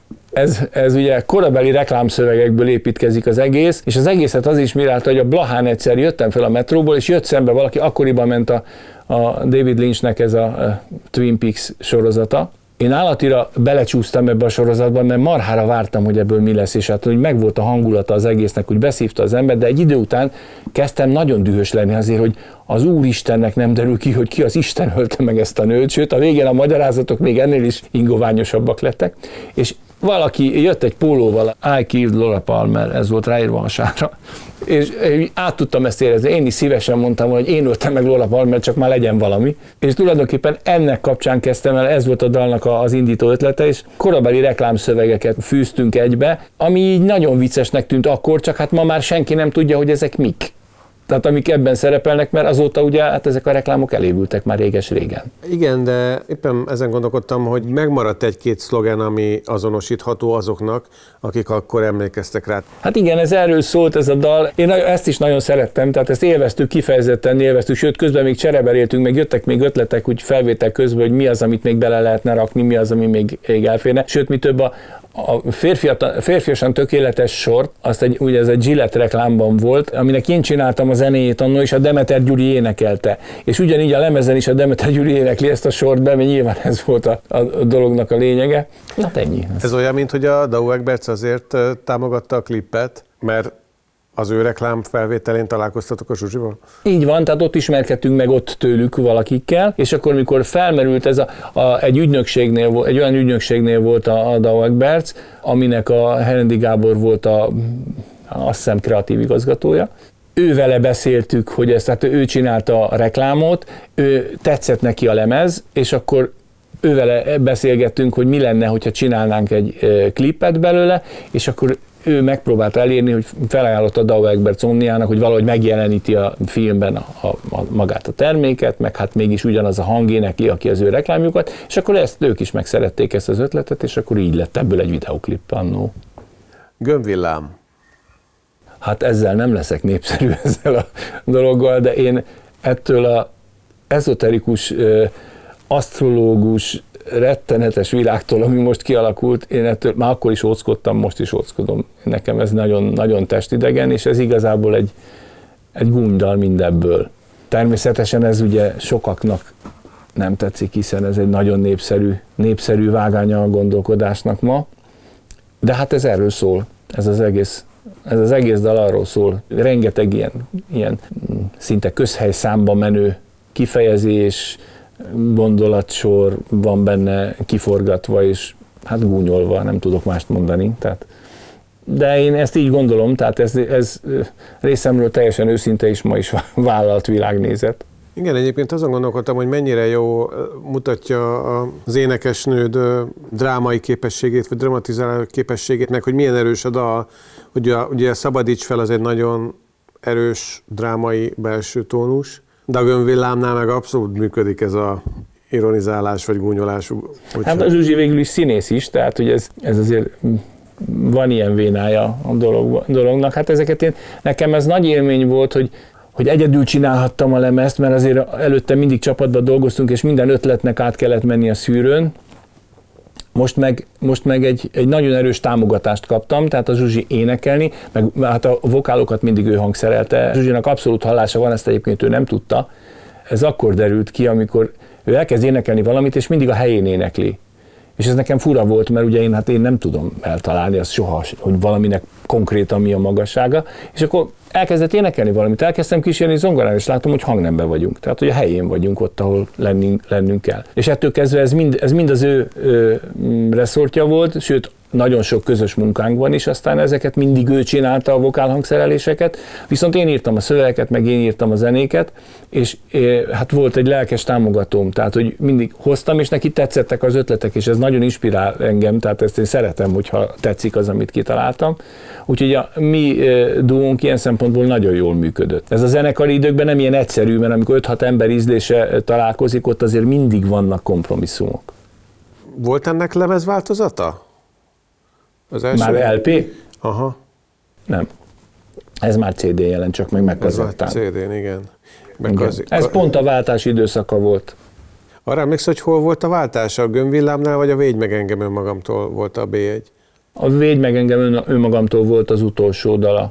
Ez ugye korabeli reklámszövegekből építkezik az egész, és az egészet az is mirálta, hogy a Blahán egyszer jöttem fel a metróból, és jött szembe valaki, akkoriban ment a David Lynchnek ez a Twin Peaks sorozata. Én állatira belecsúsztam ebbe a sorozatban, mert marhára vártam, hogy ebből mi lesz, és hát hogy megvolt a hangulata az egésznek, hogy beszívta az ember, de egy idő után kezdtem nagyon dühös lenni azért, hogy az Úristennek nem derül ki, hogy ki az Isten ölte meg ezt a nőt, sőt a végén a magyarázatok még ennél is ingoványosabbak lettek, és valaki jött egy pólóval, I killed Laura Palmer, ez volt ráírva a sára, és át tudtam ezt érezni. Én is szívesen mondtam, hogy én öltem meg Laura Palmer, csak már legyen valami. És tulajdonképpen ennek kapcsán kezdtem el, ez volt a dalnak az indító ötlete, és korabeli reklámszövegeket fűztünk egybe, ami így nagyon viccesnek tűnt akkor, csak hát ma már senki nem tudja, hogy ezek mik. Tehát amik ebben szerepelnek, mert azóta ugye hát ezek a reklámok elévültek már réges-régen. Igen, de éppen ezen gondolkodtam, hogy megmaradt egy-két szlogen, ami azonosítható azoknak, akik akkor emlékeztek rá. Hát igen, ez erről szólt ez a dal. Én ezt is nagyon szerettem, tehát ezt élveztük, kifejezetten élveztük, sőt közben még csereberéltünk, meg jöttek még ötletek úgy felvétel közben, hogy mi az, amit még bele lehetne rakni, mi az, ami még elférne. Sőt, mi több a férfiasan tökéletes sort, ugye ez egy Gillette reklámban volt, aminek én csináltam a zenéjét annól, és a Demeter Gyuri énekelte. És ugyanígy a lemezen is a Demeter Gyuri énekli ezt a sort be, mert nyilván ez volt a dolognak a lényege. Hát ennyi. Ez olyan, mint hogy a Dau Egberts azért támogatta a klippet, mert az ő reklám felvételén találkoztatok a Zsuzsival? Így van, tehát ott ismerkedtünk meg ott tőlük valakikkel, és akkor mikor felmerült ez egy olyan ügynökségnél volt a Dau Egberts, aminek a Herendi Gábor volt azt hiszem kreatív igazgatója. Ővele beszéltük, hogy tehát ő csinálta a reklámot, tetszett neki a lemez, és akkor ővele beszélgettünk, hogy mi lenne, hogyha csinálnánk egy klippet belőle, és akkor ő megpróbálta elérni, hogy felajánlott a Dau Egberts Omniának, hogy valahogy megjeleníti a filmben magát a terméket, meg hát mégis ugyanaz a hang énekli, aki az ő reklámjukat, és akkor ők is megszerették ezt az ötletet, és akkor így lett ebből egy videóklip annó. Gömbvillám. Hát ezzel nem leszek népszerű ezzel a dologgal, de én ettől az ezoterikus, asztrológus, rettenetes világtól, ami most kialakult, én ettől már akkor is óckodtam, most is óckodom. Nekem ez nagyon, nagyon testidegen, és ez igazából egy gúnydal mindebből. Természetesen ez ugye sokaknak nem tetszik, hiszen ez egy nagyon népszerű vágánya a gondolkodásnak ma, de hát ez erről szól, ez az egész dal arról szól. Rengeteg ilyen szinte közhelyszámba menő kifejezés, gondolatsor van benne kiforgatva, és hát gúnyolva, nem tudok mást mondani. De én ezt így gondolom, tehát ez részemről teljesen őszinte és ma is vállalt világnézet. Igen, egyébként azon gondolkodtam, hogy mennyire jó mutatja az énekesnőd drámai képességét, vagy dramatizáló képességét, meg hogy milyen erős a dal, hogy ugye Szabadíts fel az egy nagyon erős drámai belső tónus, de a Gömbvillámnál meg abszolút működik ez a ironizálás vagy gúnyolás. Hát a Zsuzsi végül is színész is, tehát hogy ez azért van ilyen vénája a dolognak. Hát nekem ez nagy élmény volt, hogy egyedül csinálhattam a lemezt, mert azért előtte mindig csapatban dolgoztunk, és minden ötletnek át kellett menni a szűrőn. Most meg egy nagyon erős támogatást kaptam, tehát a Zsuzsi énekelni, meg hát a vokálokat mindig ő hangszerelte. Zsuzsinak abszolút hallása van, ezt egyébként ő nem tudta. Ez akkor derült ki, amikor ő elkezd énekelni valamit, és mindig a helyén énekli. És ez nekem fura volt, mert ugye én nem tudom eltalálni azt soha, hogy valaminek konkrétan mi a magassága. És akkor elkezdett énekelni valamit, elkezdtem kísérni zongorára, és látom, hogy hangnemben vagyunk. Tehát, hogy a helyén vagyunk ott, ahol lennünk kell. És ettől kezdve ez mind az ő reszortja volt, sőt, nagyon sok közös munkánk van is, aztán ezeket mindig ő csinálta, a vokálhangszereléseket, viszont én írtam a szövegeket, meg én írtam a zenéket, és hát volt egy lelkes támogatóm, tehát hogy mindig hoztam, és neki tetszettek az ötletek, és ez nagyon inspirál engem, tehát ezt én szeretem, hogyha tetszik az, amit kitaláltam. Úgyhogy a mi duónk ilyen szempontból nagyon jól működött. Ez a zenekari időkben nem ilyen egyszerű, mert amikor 5-6 ember ízlése találkozik, ott azért mindig vannak kompromisszumok. Volt ennek lemezváltozata? Az első? Már LP? Aha. Nem. Ez már CD jelent, csak meg megkazettán. Ez már CD-n, igen. Igen. Ez pont a váltás időszaka volt. Arra emlékszel, hogy hol volt a váltás? A Gömbvillámnál, vagy a Védj meg engem önmagamtól volt a B1? A Védj meg engem önmagamtól volt az utolsó dala,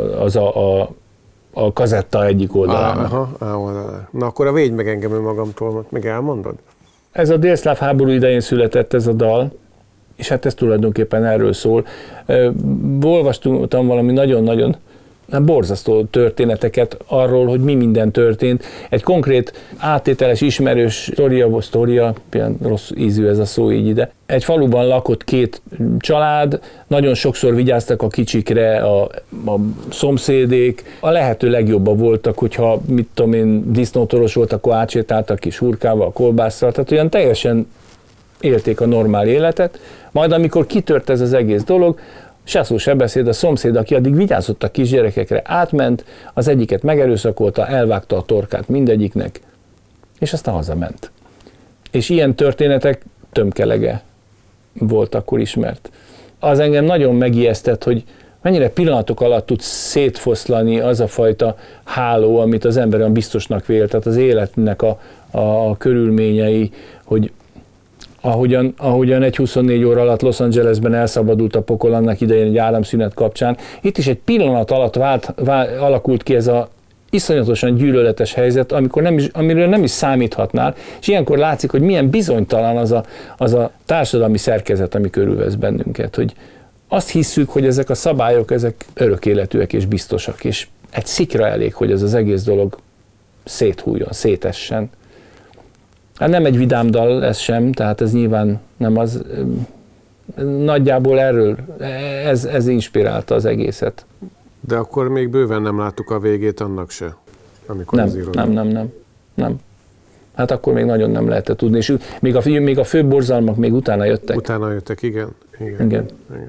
a kazetta egyik oldalán. Aha, oldalán. Na akkor a Védj meg engem önmagamtól, meg elmondod? Ez a délszláv háború idején született ez a dal, és hát ez tulajdonképpen erről szól. Olvastam valami nagyon-nagyon borzasztó történeteket arról, hogy mi minden történt. Egy konkrét áttételes ismerős sztoria, ilyen rossz ízű ez a szó így ide. Egy faluban lakott 2 család, nagyon sokszor vigyáztak a kicsikre a szomszédék, a lehető legjobban voltak, hogyha mit tudom én, disznótoros volt, akkor átsétáltak kis hurkával, kolbásszal, tehát olyan teljesen élték a normál életet. Majd amikor kitört ez az egész dolog, se szó se beszéd, a szomszéd, aki addig vigyázott a kisgyerekekre, átment, az egyiket megerőszakolta, elvágta a torkát mindegyiknek, és aztán hazament. És ilyen történetek tömkelege volt akkor ismert. Az engem nagyon megijesztett, hogy mennyire pillanatok alatt tud szétfoszlani az a fajta háló, amit az ember olyan biztosnak vélt, tehát az életnek a körülményei, hogy ahogyan egy 24 óra alatt Los Angelesben elszabadult a pokol annak idején egy áramszünet kapcsán, itt is egy pillanat alatt alakult ki ez a iszonyatosan gyűlöletes helyzet, amiről nem is számíthatnál, és ilyenkor látszik, hogy milyen bizonytalan az a társadalmi szerkezet, ami körülvesz bennünket, hogy azt hisszük, hogy ezek a szabályok, ezek örökéletűek és biztosak, és egy szikra elég, hogy ez az egész dolog széthújjon, szétessen. Hát nem egy vidám dal ez sem, tehát ez nyilván nem az, nagyjából erről, ez inspirálta az egészet. De akkor még bőven nem láttuk a végét annak se, amikor ez íródott. Nem. Hát akkor még nagyon nem lehetett tudni, és még a főbb borzalmak még utána jöttek. Utána jöttek, igen.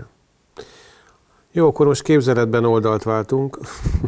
Jó, akkor most képzeletben oldalt váltunk,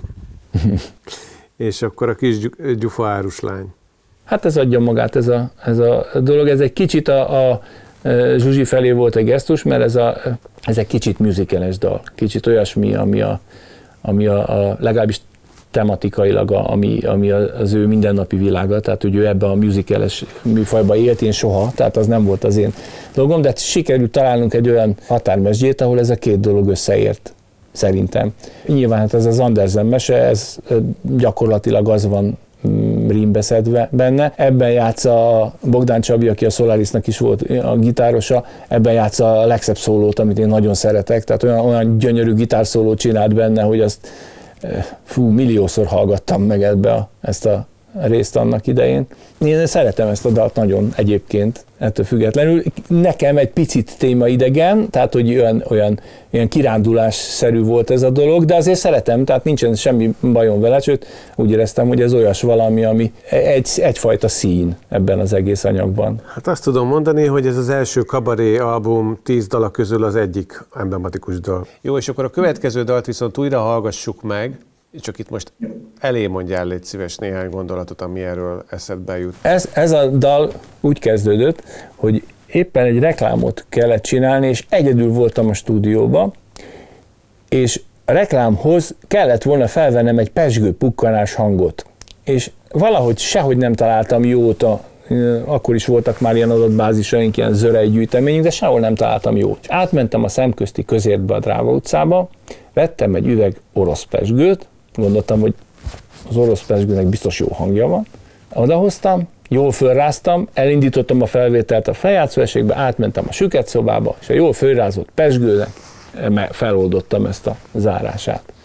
és akkor a kis gyufa áruslány. Hát ez adja magát, ez a dolog, ez egy kicsit a Zsuzsi felé volt egy gesztus, mert ez egy kicsit musicales dal, kicsit olyasmi, ami legalábbis tematikailag, ami az ő mindennapi világa, tehát hogy ő ebben a musicales műfajban élt, én soha, tehát az nem volt az én dolgom, de sikerült találnunk egy olyan határmesdjét, ahol ez a 2 dolog összeért, szerintem. Nyilván hát ez az Andersen mese, ez gyakorlatilag az van rímbeszedve benne. Ebben játsza Bogdán Csabi, aki a Solarisnak is volt a gitárosa, ebben játsza a legszebb szólót, amit én nagyon szeretek, tehát olyan gyönyörű gitárszólót csinált benne, hogy azt milliószor hallgattam meg ezt a részt annak idején. Én szeretem ezt a dalt nagyon egyébként, ettől függetlenül. Nekem egy picit témaidegen, tehát hogy olyan kirándulásszerű volt ez a dolog, de azért szeretem, tehát nincsen semmi bajom vele, sőt úgy éreztem, hogy ez olyas valami, ami egyfajta szín ebben az egész anyagban. Hát azt tudom mondani, hogy ez az első kabaré album 10 dala közül az egyik emblematikus dal. Jó, és akkor a következő dalt viszont újra hallgassuk meg, csak itt most elé mondjál, légy szíves, néhány gondolatot, ami erről eszedbe jut. Ez a dal úgy kezdődött, hogy éppen egy reklámot kellett csinálni, és egyedül voltam a stúdióban, és a reklámhoz kellett volna felvennem egy pezsgő pukkanás hangot. És valahogy sehogy nem találtam jót, akkor is voltak már ilyen adatbázisaink, ilyen zörej gyűjteményünk, de sehol nem találtam jót. Átmentem a Szemközti Közértbe, a Dráva utcába, vettem egy üveg orosz pezsgőt, gondoltam, hogy az orosz pezsgőnek biztos jó hangja van. Odahoztam, jól fölráztam, elindítottam a felvételt a feljátszóességbe, átmentem a süketszobába, és a jól fölrázott pezsgőnek feloldottam ezt a zárását.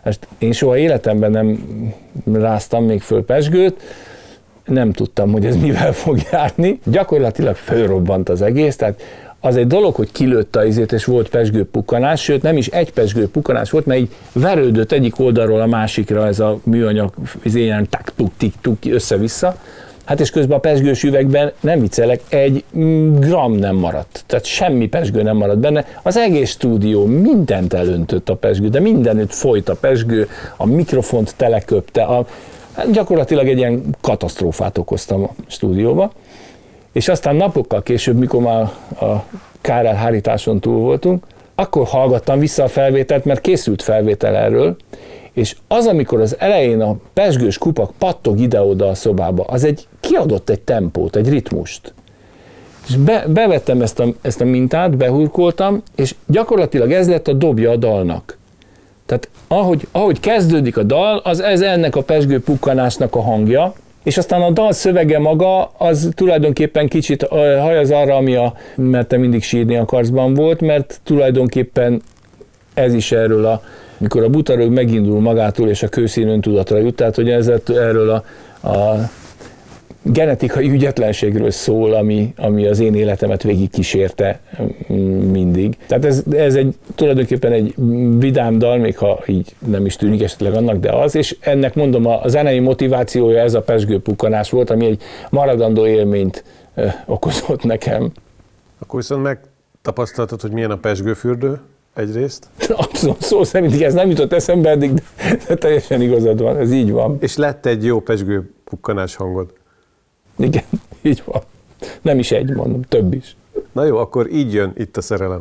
Ezt én soha életemben nem ráztam még föl pezsgőt, nem tudtam, hogy ez mivel fog járni. Gyakorlatilag fölrobbant az egész, tehát az egy dolog, hogy kilőtte az izét, és volt pezsgőpukkanás, sőt nem is egy pezsgőpukkanás volt, mert így verődött egyik oldalról a másikra ez a műanyag, ez ilyen tak-tuk-tik-tuk össze-vissza. Hát és közben a pezsgős üvegben, nem viccelek, egy gram nem maradt. Tehát semmi pezsgő nem maradt benne. Az egész stúdió mindent elöntött a pezsgő, de mindenütt folyt a pezsgő, a mikrofont teleköpte, hát gyakorlatilag egy ilyen katasztrófát okoztam a stúdióba. És aztán napokkal később, mikor már a kárelhárításon túl voltunk, akkor hallgattam vissza a felvételt, mert készült felvétel erről, és az, amikor az elején a pezsgős kupak pattog ide-oda a szobába, az kiadott egy tempót, egy ritmust. És bevettem ezt a mintát, behurkoltam, és gyakorlatilag ez lett a dobja a dalnak. Tehát ahogy kezdődik a dal, ez ennek a pezsgő pukkanásnak a hangja, és aztán a dal szövege maga, az tulajdonképpen kicsit hajaz arra, mert te mindig sírni akarszban volt, mert tulajdonképpen ez is erről mikor a butarög megindul magától, és a kőszín öntudatra jut, tehát hogy erről a genetikai ügyetlenségről szól, ami az én életemet végig kísérte mindig. Tehát ez tulajdonképpen egy vidám dal, még ha így nem is tűnik esetleg annak, de az, és ennek mondom, a zenei motivációja ez a pezsgőpukkanás volt, ami egy maradandó élményt okozott nekem. Akkor viszont megtapasztaltad, hogy milyen a pezsgőfürdő egyrészt. Abszolút, szó szerint ez nem jutott eszembe eddig, de teljesen igazad van, ez így van. És lett egy jó pezsgőpukkanás hangod. Igen, így van. Nem is egy, mondom, több is. Na jó, akkor így jön itt a szerelem.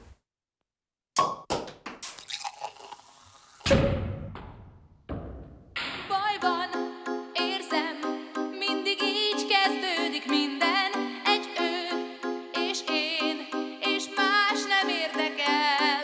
Baj van, érzem, mindig így kezdődik minden. Egy ő, és én, és más nem érdekel.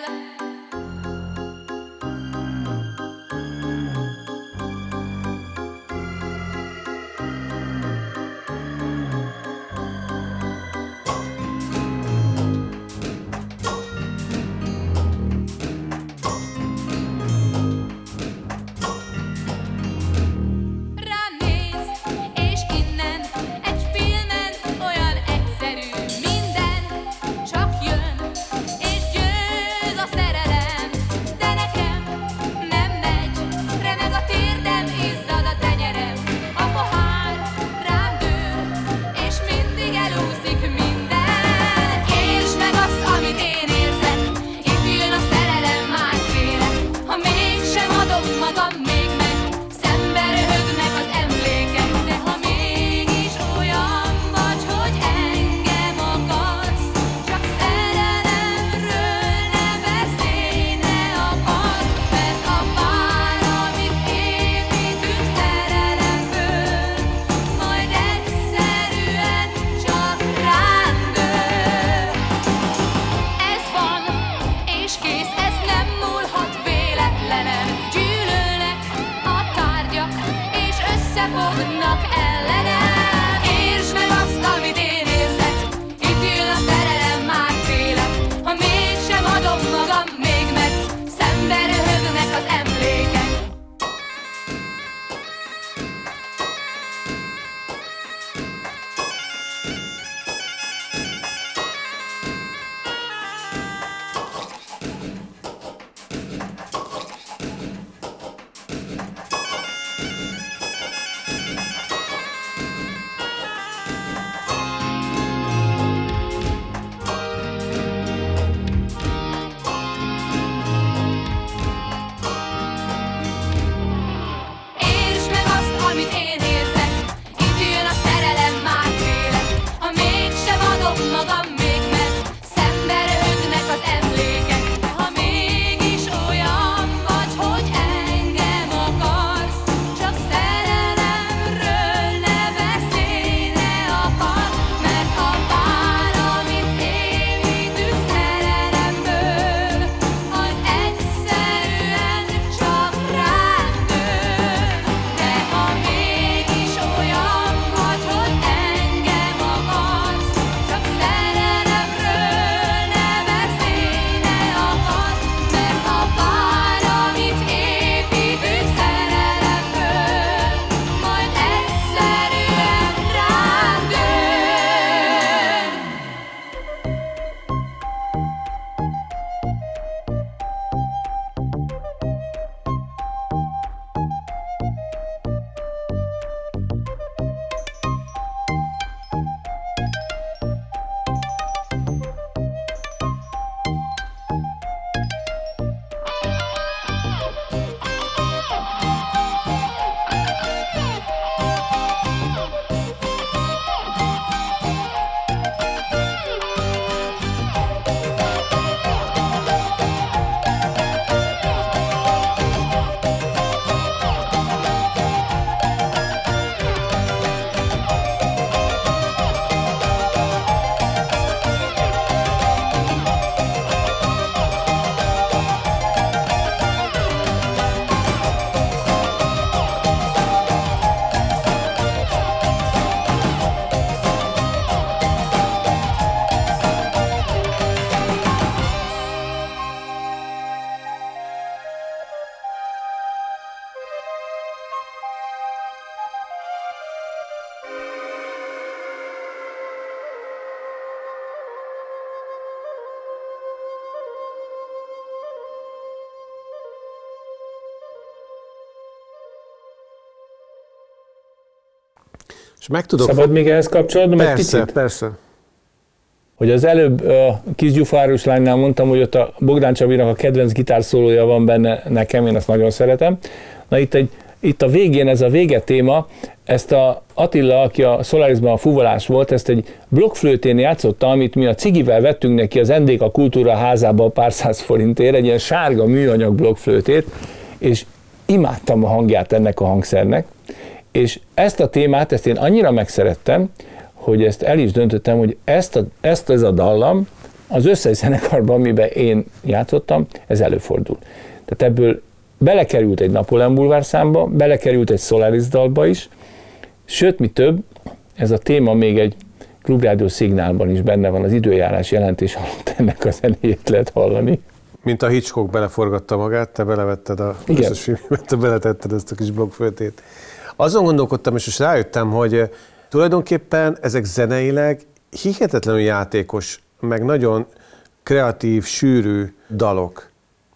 És meg tudok... Szabad még ehhez kapcsolatban egy Persze, picit? persze. Hogy az előbb a Kisgyufárus lánynál mondtam, hogy ott a Bogdán Csabinak a kedvenc gitárszólója van benne nekem, én azt nagyon szeretem. Na itt a végén ez a vége téma, ezt a Attila, aki a Solarisban a fuvolás volt, ezt egy blokkflőtén játszotta, amit mi a cigivel vettünk neki az NDK Kultúra házába pár száz forintért, egy ilyen sárga műanyag blokkflőtét, és imádtam a hangját ennek a hangszernek, és ezt a témát, ezt én annyira megszerettem, hogy ezt el is döntöttem, hogy ez a dallam az összes zenekarban, amiben én játszottam, ez előfordul. Tehát ebből belekerült egy Napóleon Bulvár számba, belekerült egy Solaris dalba is, sőt, mi több, ez a téma még egy Klubrádió Szignálban is benne van, az időjárás jelentés alatt ennek a zenéjét lehet hallani. Mint a Hitchcock beleforgatta magát, te belevetted a összes filmet, te beletetted ezt a kis blokkflötét. Azon gondolkodtam, és most rájöttem, hogy tulajdonképpen ezek zeneileg hihetetlenül játékos, meg nagyon kreatív, sűrű dalok.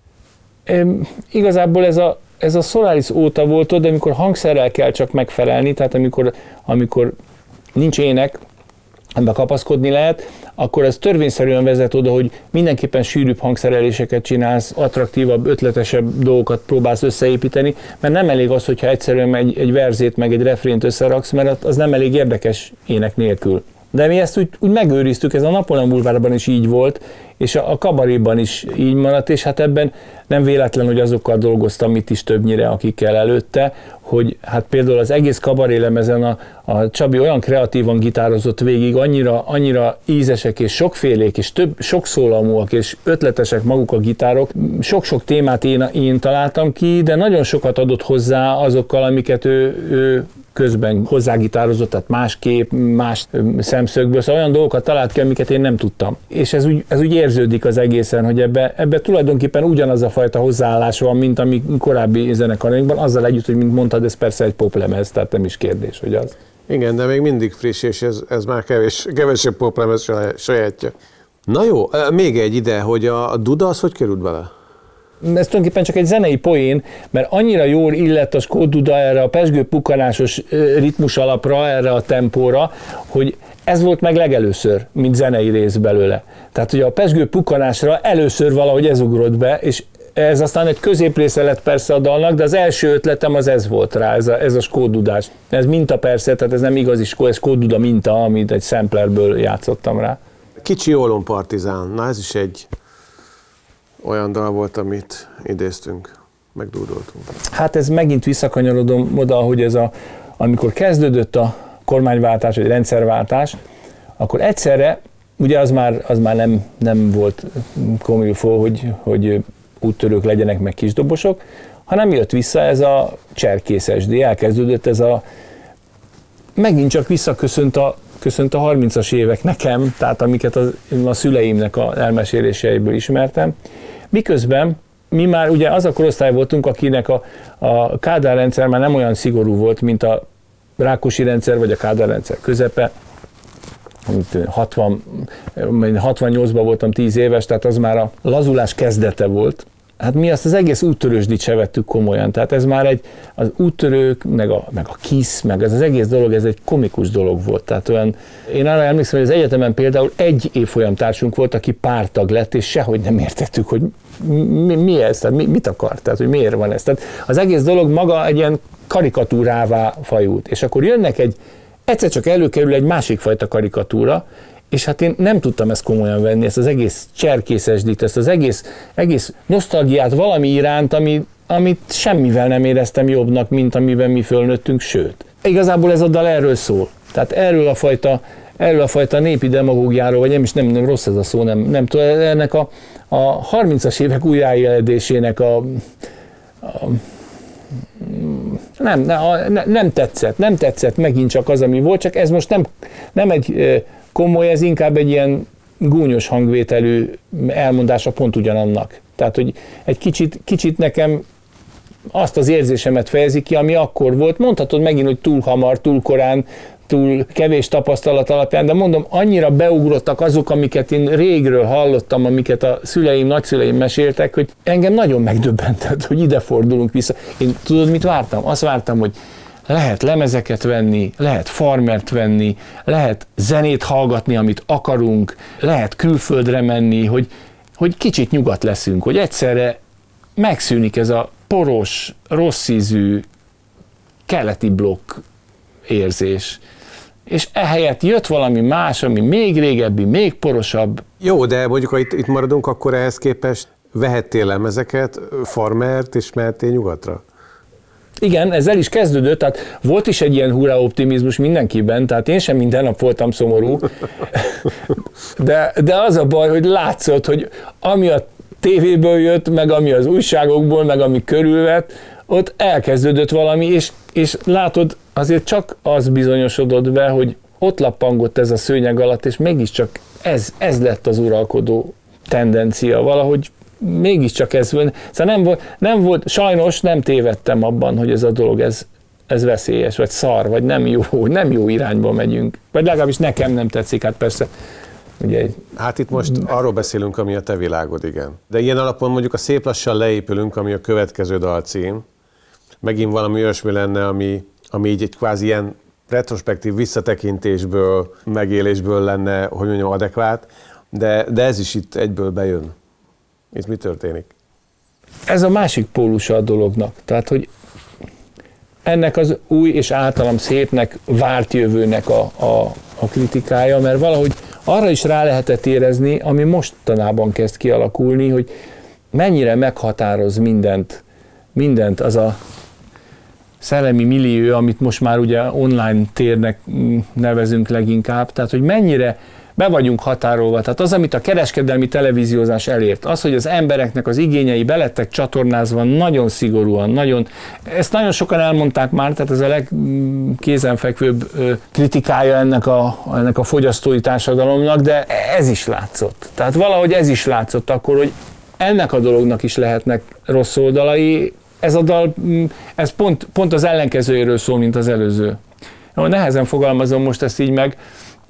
Igazából ez a Solaris óta volt ott, de amikor hangszerrel kell csak megfelelni, tehát amikor nincs ének, amiben kapaszkodni lehet, akkor ez törvényszerűen vezet oda, hogy mindenképpen sűrűbb hangszereléseket csinálsz, attraktívabb, ötletesebb dolgokat próbálsz összeépíteni, mert nem elég az, hogyha egyszerűen egy verzét meg egy refrént összeraksz, mert az nem elég érdekes ének nélkül. De mi ezt úgy megőriztük, ez a Napóleon Bulvárban is így volt, és a kabaréban is így maradt, és hát ebben nem véletlen, hogy azokkal dolgoztam itt is többnyire, akikkel előtte, hogy hát például az egész kabarélemezen a Csabi olyan kreatívan gitározott végig, annyira ízesek és sokfélék, és sokszólamúak és ötletesek maguk a gitárok. Sok-sok témát én találtam ki, de nagyon sokat adott hozzá azokkal, amiket ő közben hozzágitározott, tehát másképp, más szemszögből, szóval olyan dolgokat talált ki, amiket én nem tudtam. És ez úgy érződik az egészen, hogy ebbe tulajdonképpen ugyanaz a fajta hozzáállás van, mint ami korábbi zenekarainkban, azzal együtt, hogy mint mondtad, ez persze egy poplemez, tehát nem is kérdés, hogy az. Igen, de még mindig friss, és ez már kevesebb poplemez sajátja. Na jó, még egy ide, hogy a duda az hogy került bele? Ez tulajdonképpen csak egy zenei poén, mert annyira jól illett a Skót duda erre a pezsgő pukkanásos ritmus alapra, erre a tempóra, hogy ez volt meg legelőször, mint zenei rész belőle. Tehát ugye a pezsgő pukkanásra először valahogy ez ugrott be, és ez aztán egy középrésze lett persze a dalnak, de az első ötletem az ez volt rá, ez a Skót dudás. Ez minta persze, tehát ez nem igazi Skót duda minta, amit egy samplerből játszottam rá. Kicsi Ólom partizán, na ez is egy olyan dal volt, amit idéztünk, megdúdoltunk. Hát ez megint visszakanyarodom oda, hogy amikor kezdődött a kormányváltás, vagy rendszerváltás, akkor egyszerre, ugye az már nem volt comme il faut, hogy úttörők legyenek, meg kisdobosok, hanem jött vissza ez a cserkész SD, elkezdődött megint csak visszaköszönt a 30-as évek nekem, tehát amiket a szüleimnek a elmeséléseiből ismertem. Miközben mi már ugye az a korosztály voltunk, akinek a Kádár rendszer már nem olyan szigorú volt, mint a Rákosi rendszer, vagy a Kádár rendszer közepe. 68-ban voltam 10 éves, tehát az már a lazulás kezdete volt. Hát mi azt az egész úttörősdit se vettük komolyan, tehát ez már az úttörők, meg a KISZ, meg az egész dolog, ez egy komikus dolog volt. Tehát olyan, én arra emlékszem, hogy az egyetemen például egy évfolyamtársunk volt, aki pártag lett, és sehogy nem értettük, hogy mi ez, tehát mit akar, tehát hogy miért van ez. Tehát az egész dolog maga egy ilyen karikatúrává fajult, és akkor egyszer csak előkerül egy másik fajta karikatúra, és hát én nem tudtam ezt komolyan venni, ezt az egész cserkészesdit, ezt az egész nosztalgiát valami iránt, amit semmivel nem éreztem jobbnak, mint amiben mi fölnőttünk, sőt. Igazából ez a dal erről szól. Tehát erről a fajta népi demagógiáról, vagy nem rossz ez a szó, nem tudom, ennek a 30-as évek újjáéledésének nem tetszett megint csak az, ami volt, csak ez most nem egy komoly, ez inkább egy ilyen gúnyos hangvételű elmondása pont ugyanannak. Tehát, hogy egy kicsit nekem azt az érzésemet fejezi ki, ami akkor volt. Mondhatod megint, hogy túl hamar, túl korán, túl kevés tapasztalat alapján, de mondom, annyira beugrottak azok, amiket én régről hallottam, amiket a szüleim, nagyszüleim meséltek, hogy engem nagyon megdöbbentett, hogy ide fordulunk vissza. Én tudod, mit vártam? Azt vártam, hogy lehet lemezeket venni, lehet farmert venni, lehet zenét hallgatni, amit akarunk, lehet külföldre menni, hogy kicsit nyugat leszünk, hogy egyszerre megszűnik ez a poros, rossz ízű, keleti blokk érzés. És ehelyett jött valami más, ami még régebbi, még porosabb. Jó, de mondjuk, ha itt maradunk, akkor ehhez képest vehettél lemezeket, farmert, és mehettél nyugatra? Igen, ez el is kezdődött, tehát volt is egy ilyen hurrá optimizmus mindenkiben, tehát én sem minden nap voltam szomorú, de az a baj, hogy látszott, hogy ami a tévéből jött, meg ami az újságokból, meg ami körülvett, ott elkezdődött valami, és látod, azért csak az bizonyosodott be, hogy ott lappangott ez a szőnyeg alatt, és mégiscsak ez lett az uralkodó tendencia, valahogy mégiscsak ez volt. Szóval nem volt, sajnos nem tévedtem abban, hogy ez a dolog, ez veszélyes, vagy szar, vagy nem jó irányba megyünk. Vagy legalábbis nekem nem tetszik, hát persze. Ugye, hát itt most arról beszélünk, ami a te világod, igen. De ilyen alapon mondjuk a szép lassan leépülünk, ami a következő dalcím. Megint valami olyasmi lenne, ami így egy kvázi ilyen retrospektív visszatekintésből, megélésből lenne, hogy mondjam, adekvát, de ez is itt egyből bejön. Itt mi történik? Ez a másik pólusa a dolognak. Tehát, hogy ennek az új és általam szépnek, várt jövőnek a kritikája, mert valahogy arra is rá lehetett érezni, ami mostanában kezd kialakulni, hogy mennyire meghatároz mindent az a szellemi millió, amit most már ugye online térnek nevezünk leginkább, tehát hogy mennyire be vagyunk határolva. Tehát az, amit a kereskedelmi televíziózás elért, az, hogy az embereknek az igényei belettek csatornázva nagyon szigorúan, ezt nagyon sokan elmondták már, tehát ez a legkézenfekvőbb kritikája ennek a fogyasztói társadalomnak, de ez is látszott. Tehát valahogy ez is látszott akkor, hogy ennek a dolognak is lehetnek rossz oldalai. Ez a dal, ez pont az ellenkezőjéről szól, mint az előző. Nehezen fogalmazom most ezt így meg.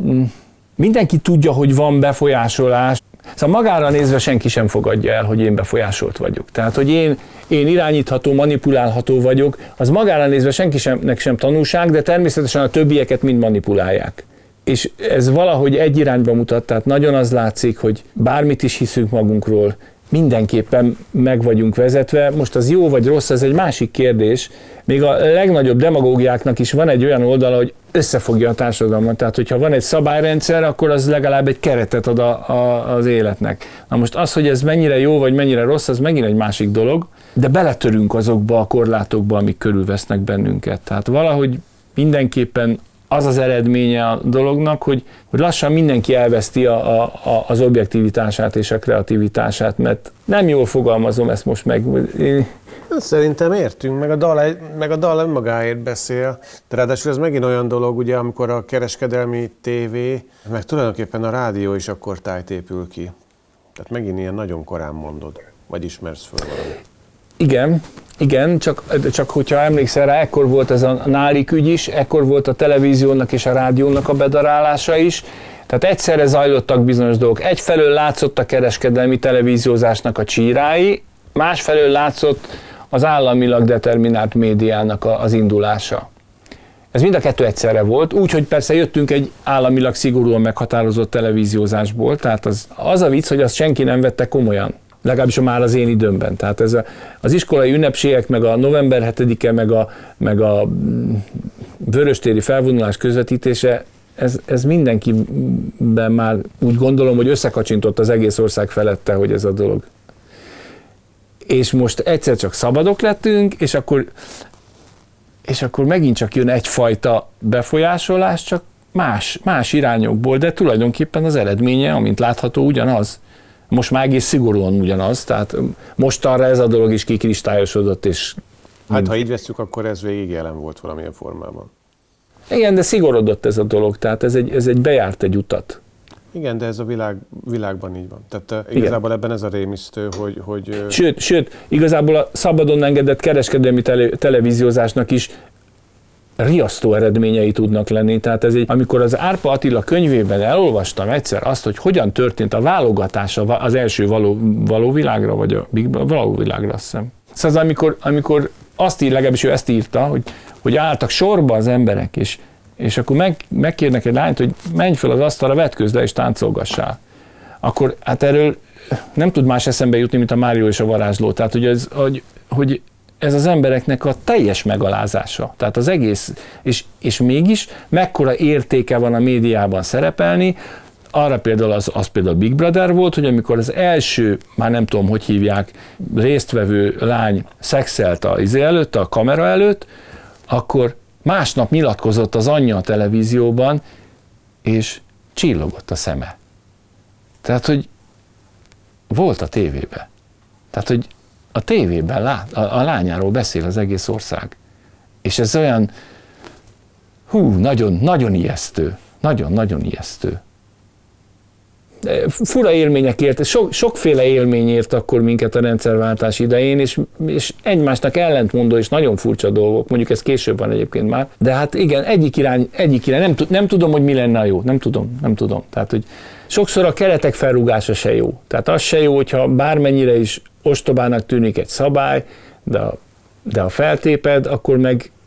Mindenki tudja, hogy van befolyásolás. Szóval magára nézve senki sem fogadja el, hogy én befolyásolt vagyok. Tehát, hogy én irányítható, manipulálható vagyok, az magára nézve senkinek sem tanulság, de természetesen a többieket mind manipulálják. És ez valahogy egy irányba mutat, tehát nagyon az látszik, hogy bármit is hiszünk magunkról, mindenképpen meg vagyunk vezetve. Most az jó vagy rossz, ez egy másik kérdés. Még a legnagyobb demagógiáknak is van egy olyan oldala, hogy összefogja a társadalmat. Tehát, hogyha van egy szabályrendszer, akkor az legalább egy keretet ad az életnek. Na most az, hogy ez mennyire jó vagy mennyire rossz, az megint egy másik dolog, de beletörünk azokba a korlátokba, amik körülvesznek bennünket. Tehát valahogy mindenképpen az az eredménye a dolognak, hogy lassan mindenki elveszti az objektivitását és a kreativitását, mert nem jól fogalmazom ezt most meg. Szerintem értünk, meg a dal önmagáért beszél, de ráadásul ez megint olyan dolog, ugye, amikor a kereskedelmi tévé, meg tulajdonképpen a rádió is akkor tájt épül ki. Tehát megint ilyen nagyon korán mondod, vagy ismersz föl valamit. Igen, csak hogyha emlékszel rá, ekkor volt ez a Nálik ügy is, ekkor volt a televíziónak és a rádiónak a bedarálása is, tehát egyszerre zajlottak bizonyos dolgok. Egyfelől látszott a kereskedelmi televíziózásnak a csírái, másfelől látszott az államilag determinált médiának az indulása. Ez mind a kettő egyszerre volt, úgyhogy persze jöttünk egy államilag szigorúan meghatározott televíziózásból, tehát az a vicc, hogy azt senki nem vette komolyan. Legalábbis már az én időmben. Tehát ez az iskolai ünnepségek, meg a november 7-e, meg a vöröstéri felvonulás közvetítése, ez mindenkiben már úgy gondolom, hogy összekacsintott az egész ország felette, hogy ez a dolog. És most egyszer csak szabadok lettünk, és akkor megint csak jön egyfajta befolyásolás, csak más irányokból, de tulajdonképpen az eredménye, amint látható, ugyanaz. Most már egész szigorúan ugyanaz, tehát mostanra ez a dolog is kikristályosodott, és... Hát ha így vesszük, akkor ez végig jelen volt valamilyen formában. Igen, de szigorodott ez a dolog, tehát ez egy bejárt egy utat. Igen, de ez a világban így van. Tehát igazából ebben ez a rémisztő, hogy... Sőt, igazából a szabadon engedett kereskedelmi televíziózásnak is riasztó eredményei tudnak lenni. Tehát amikor az Árpa Attila könyvében elolvastam egyszer azt, hogy hogyan történt a válogatása az első való világra, vagy a való világra, azt hiszem. Szóval amikor azt legalábbis ő ezt írta, hogy hogy álltak sorba az emberek, és akkor megkérnek egy lányt, hogy menj fel az asztalra, vetkőzz le és táncolgassál. Akkor hát erről nem tud más eszembe jutni, mint a Mário és a varázsló. Tehát, hogy ez az embereknek a teljes megalázása. Tehát az egész, és mégis mekkora értéke van a médiában szerepelni. Arra például az például Big Brother volt, hogy amikor az első, már nem tudom, hogy hívják, résztvevő lány szexelt a kamera előtt, akkor másnap nyilatkozott az anyja a televízióban, és csillogott a szeme. Tehát, hogy volt a tévében. Tehát, hogy a tévében a lányáról beszél az egész ország. És ez olyan, nagyon, nagyon ijesztő. Nagyon-nagyon ijesztő. Fura élményekért, sokféle élmény ért akkor minket a rendszerváltás idején, és egymásnak ellentmondó és nagyon furcsa dolgok, mondjuk ez később van egyébként már, de hát igen, egyik irány, nem tudom, hogy mi lenne a jó, nem tudom. Tehát, hogy sokszor a keretek felrúgása se jó. Tehát az se jó, hogyha bármennyire is ostobának tűnik egy szabály, de ha feltéped, akkor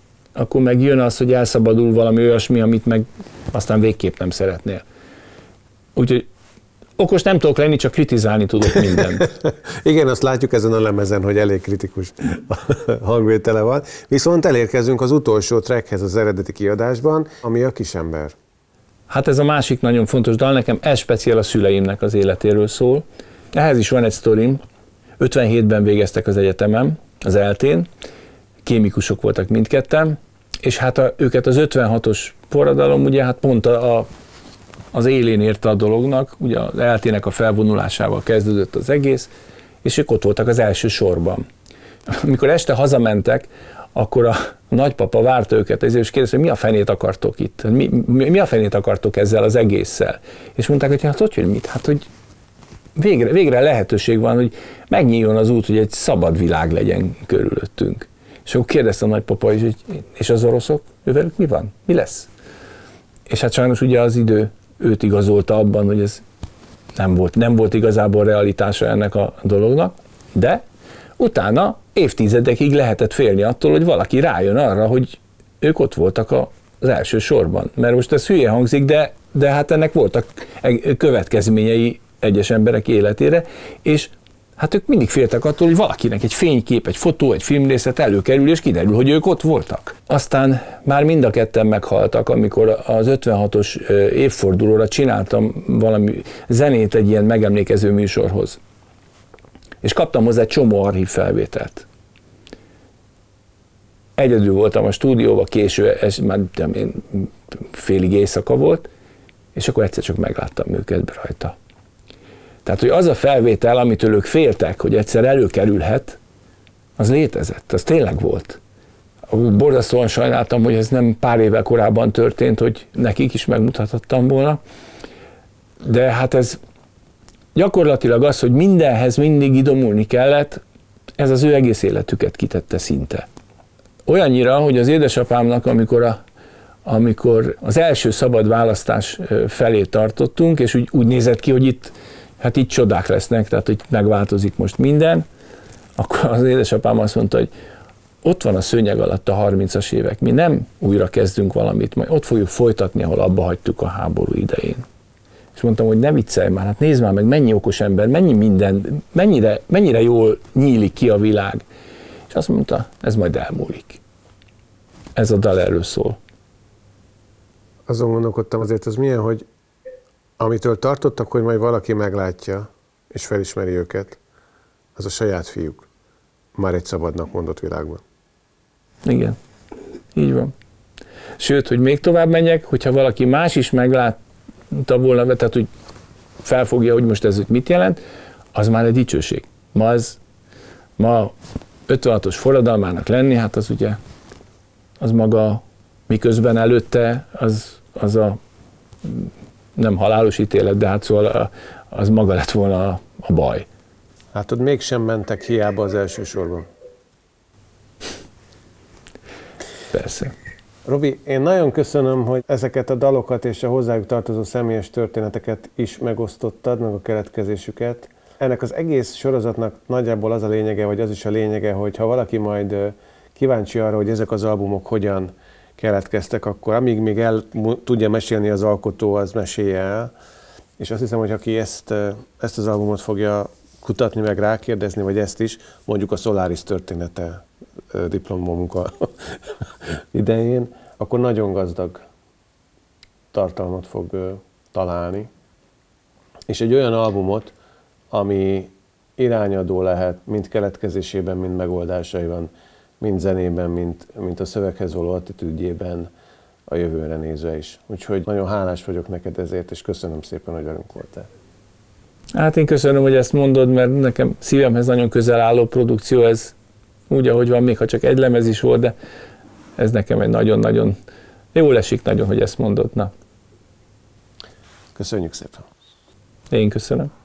meg jön az, hogy elszabadul valami olyasmi, amit meg aztán végképp nem szeretnél. Úgyhogy okos nem tudok lenni, csak kritizálni tudok mindent. Igen, azt látjuk ezen a lemezen, hogy elég kritikus hangvétele van. Viszont elérkezünk az utolsó trackhez az eredeti kiadásban, ami a Kisember. Hát ez a másik nagyon fontos dal, nekem ez speciál a szüleimnek az életéről szól. Ehhez is van egy sztorim. 57-ben végeztek az egyetemen, az ELTén, kémikusok voltak mindketten, és hát őket az 56-os forradalom ugye hát pont az élén érte a dolognak, ugye az ELTének a felvonulásával kezdődött az egész, és ők ott voltak az első sorban. Amikor este hazamentek, akkor a nagypapa várta őket, és kérdezte, hogy mi a fenét akartok itt? Mi a fenét akartok ezzel az egésszel? És mondták, hogy hát hogy mit? Hát, hogy végre lehetőség van, hogy megnyíljon az út, hogy egy szabad világ legyen körülöttünk. És akkor kérdezte a nagypapa is, hogy és az oroszok? Ővelük mi van? Mi lesz? És hát sajnos ugye az idő őt igazolta abban, hogy ez nem volt igazából realitása ennek a dolognak, de utána évtizedekig lehetett félni attól, hogy valaki rájön arra, hogy ők ott voltak az első sorban. Mert most ez hülye hangzik, de hát ennek voltak következményei egyes emberek életére, és hát ők mindig féltek attól, hogy valakinek egy fénykép, egy fotó, egy filmrészlet előkerül, és kiderül, hogy ők ott voltak. Aztán már mind a ketten meghaltak, amikor az 56-os évfordulóra csináltam valami zenét egy ilyen megemlékező műsorhoz. És kaptam hozzá egy csomó archív felvételt. Egyedül voltam a stúdióban, késő, ez már félig éjszaka volt, és akkor egyszer csak megláttam őket rajta. Tehát, hogy az a felvétel, amitől ők féltek, hogy egyszer előkerülhet, az létezett, az tényleg volt. Borzasztóan sajnáltam, hogy ez nem pár évvel korábban történt, hogy nekik is megmutathattam volna. De hát ez gyakorlatilag az, hogy mindenhez mindig idomulni kellett, ez az ő egész életüket kitette szinte. Olyannyira, hogy az édesapámnak, amikor az első szabad választás felé tartottunk, és úgy nézett ki, hogy itt csodák lesznek, tehát hogy megváltozik most minden, akkor az édesapám azt mondta, hogy ott van a szőnyeg alatt a 30-as évek, mi nem újra kezdünk valamit, majd ott fogjuk folytatni, ahol abba hagytuk a háború idején. És mondtam, hogy ne viccelj már, hát nézd már meg, mennyi okos ember, mennyi minden, mennyire jól nyílik ki a világ. És azt mondta, ez majd elmúlik. Ez a dal erről szól. Azon gondolkodtam azért, az milyen, hogy amitől tartottak, hogy majd valaki meglátja, és felismeri őket, az a saját fiúk. Már egy szabadnak mondott világban. Igen, így van. Sőt, hogy még tovább menjek, hogyha valaki más is meglátta volna, tehát hogy felfogja, hogy most ez hogy mit jelent, az már egy dicsőség. Ma 56-os forradalmának lenni, hát az ugye, az maga, miközben előtte az a nem halálos ítélet, de hát szóval az maga lett volna a baj. Hát ott mégsem mentek hiába az első sorban. Persze. Robi, én nagyon köszönöm, hogy ezeket a dalokat és a hozzájuk tartozó személyes történeteket is megosztottad, meg a keletkezésüket. Ennek az egész sorozatnak nagyjából az a lényege, vagy az is a lényege, hogy ha valaki majd kíváncsi arra, hogy ezek az albumok hogyan keletkeztek, akkor amíg még el tudja mesélni az alkotó, az mesélje el. És azt hiszem, hogy aki ezt az albumot fogja kutatni, meg rákérdezni, vagy ezt is, mondjuk a Solaris története diplomamunka idején, akkor nagyon gazdag tartalmat fog találni. És egy olyan albumot, ami irányadó lehet, mind keletkezésében, mind megoldásaiban, mind zenében, mind a szöveghez való attitűdjében a jövőre nézve is. Úgyhogy nagyon hálás vagyok neked ezért, és köszönöm szépen, hogy velünk voltál. Hát én köszönöm, hogy ezt mondod, mert nekem szívemhez nagyon közel álló produkció, ez úgy, ahogy van, még ha csak egy lemez is volt, de ez nekem egy nagyon-nagyon jól esik nagyon, hogy ezt mondod. Na. Köszönjük szépen. Én köszönöm.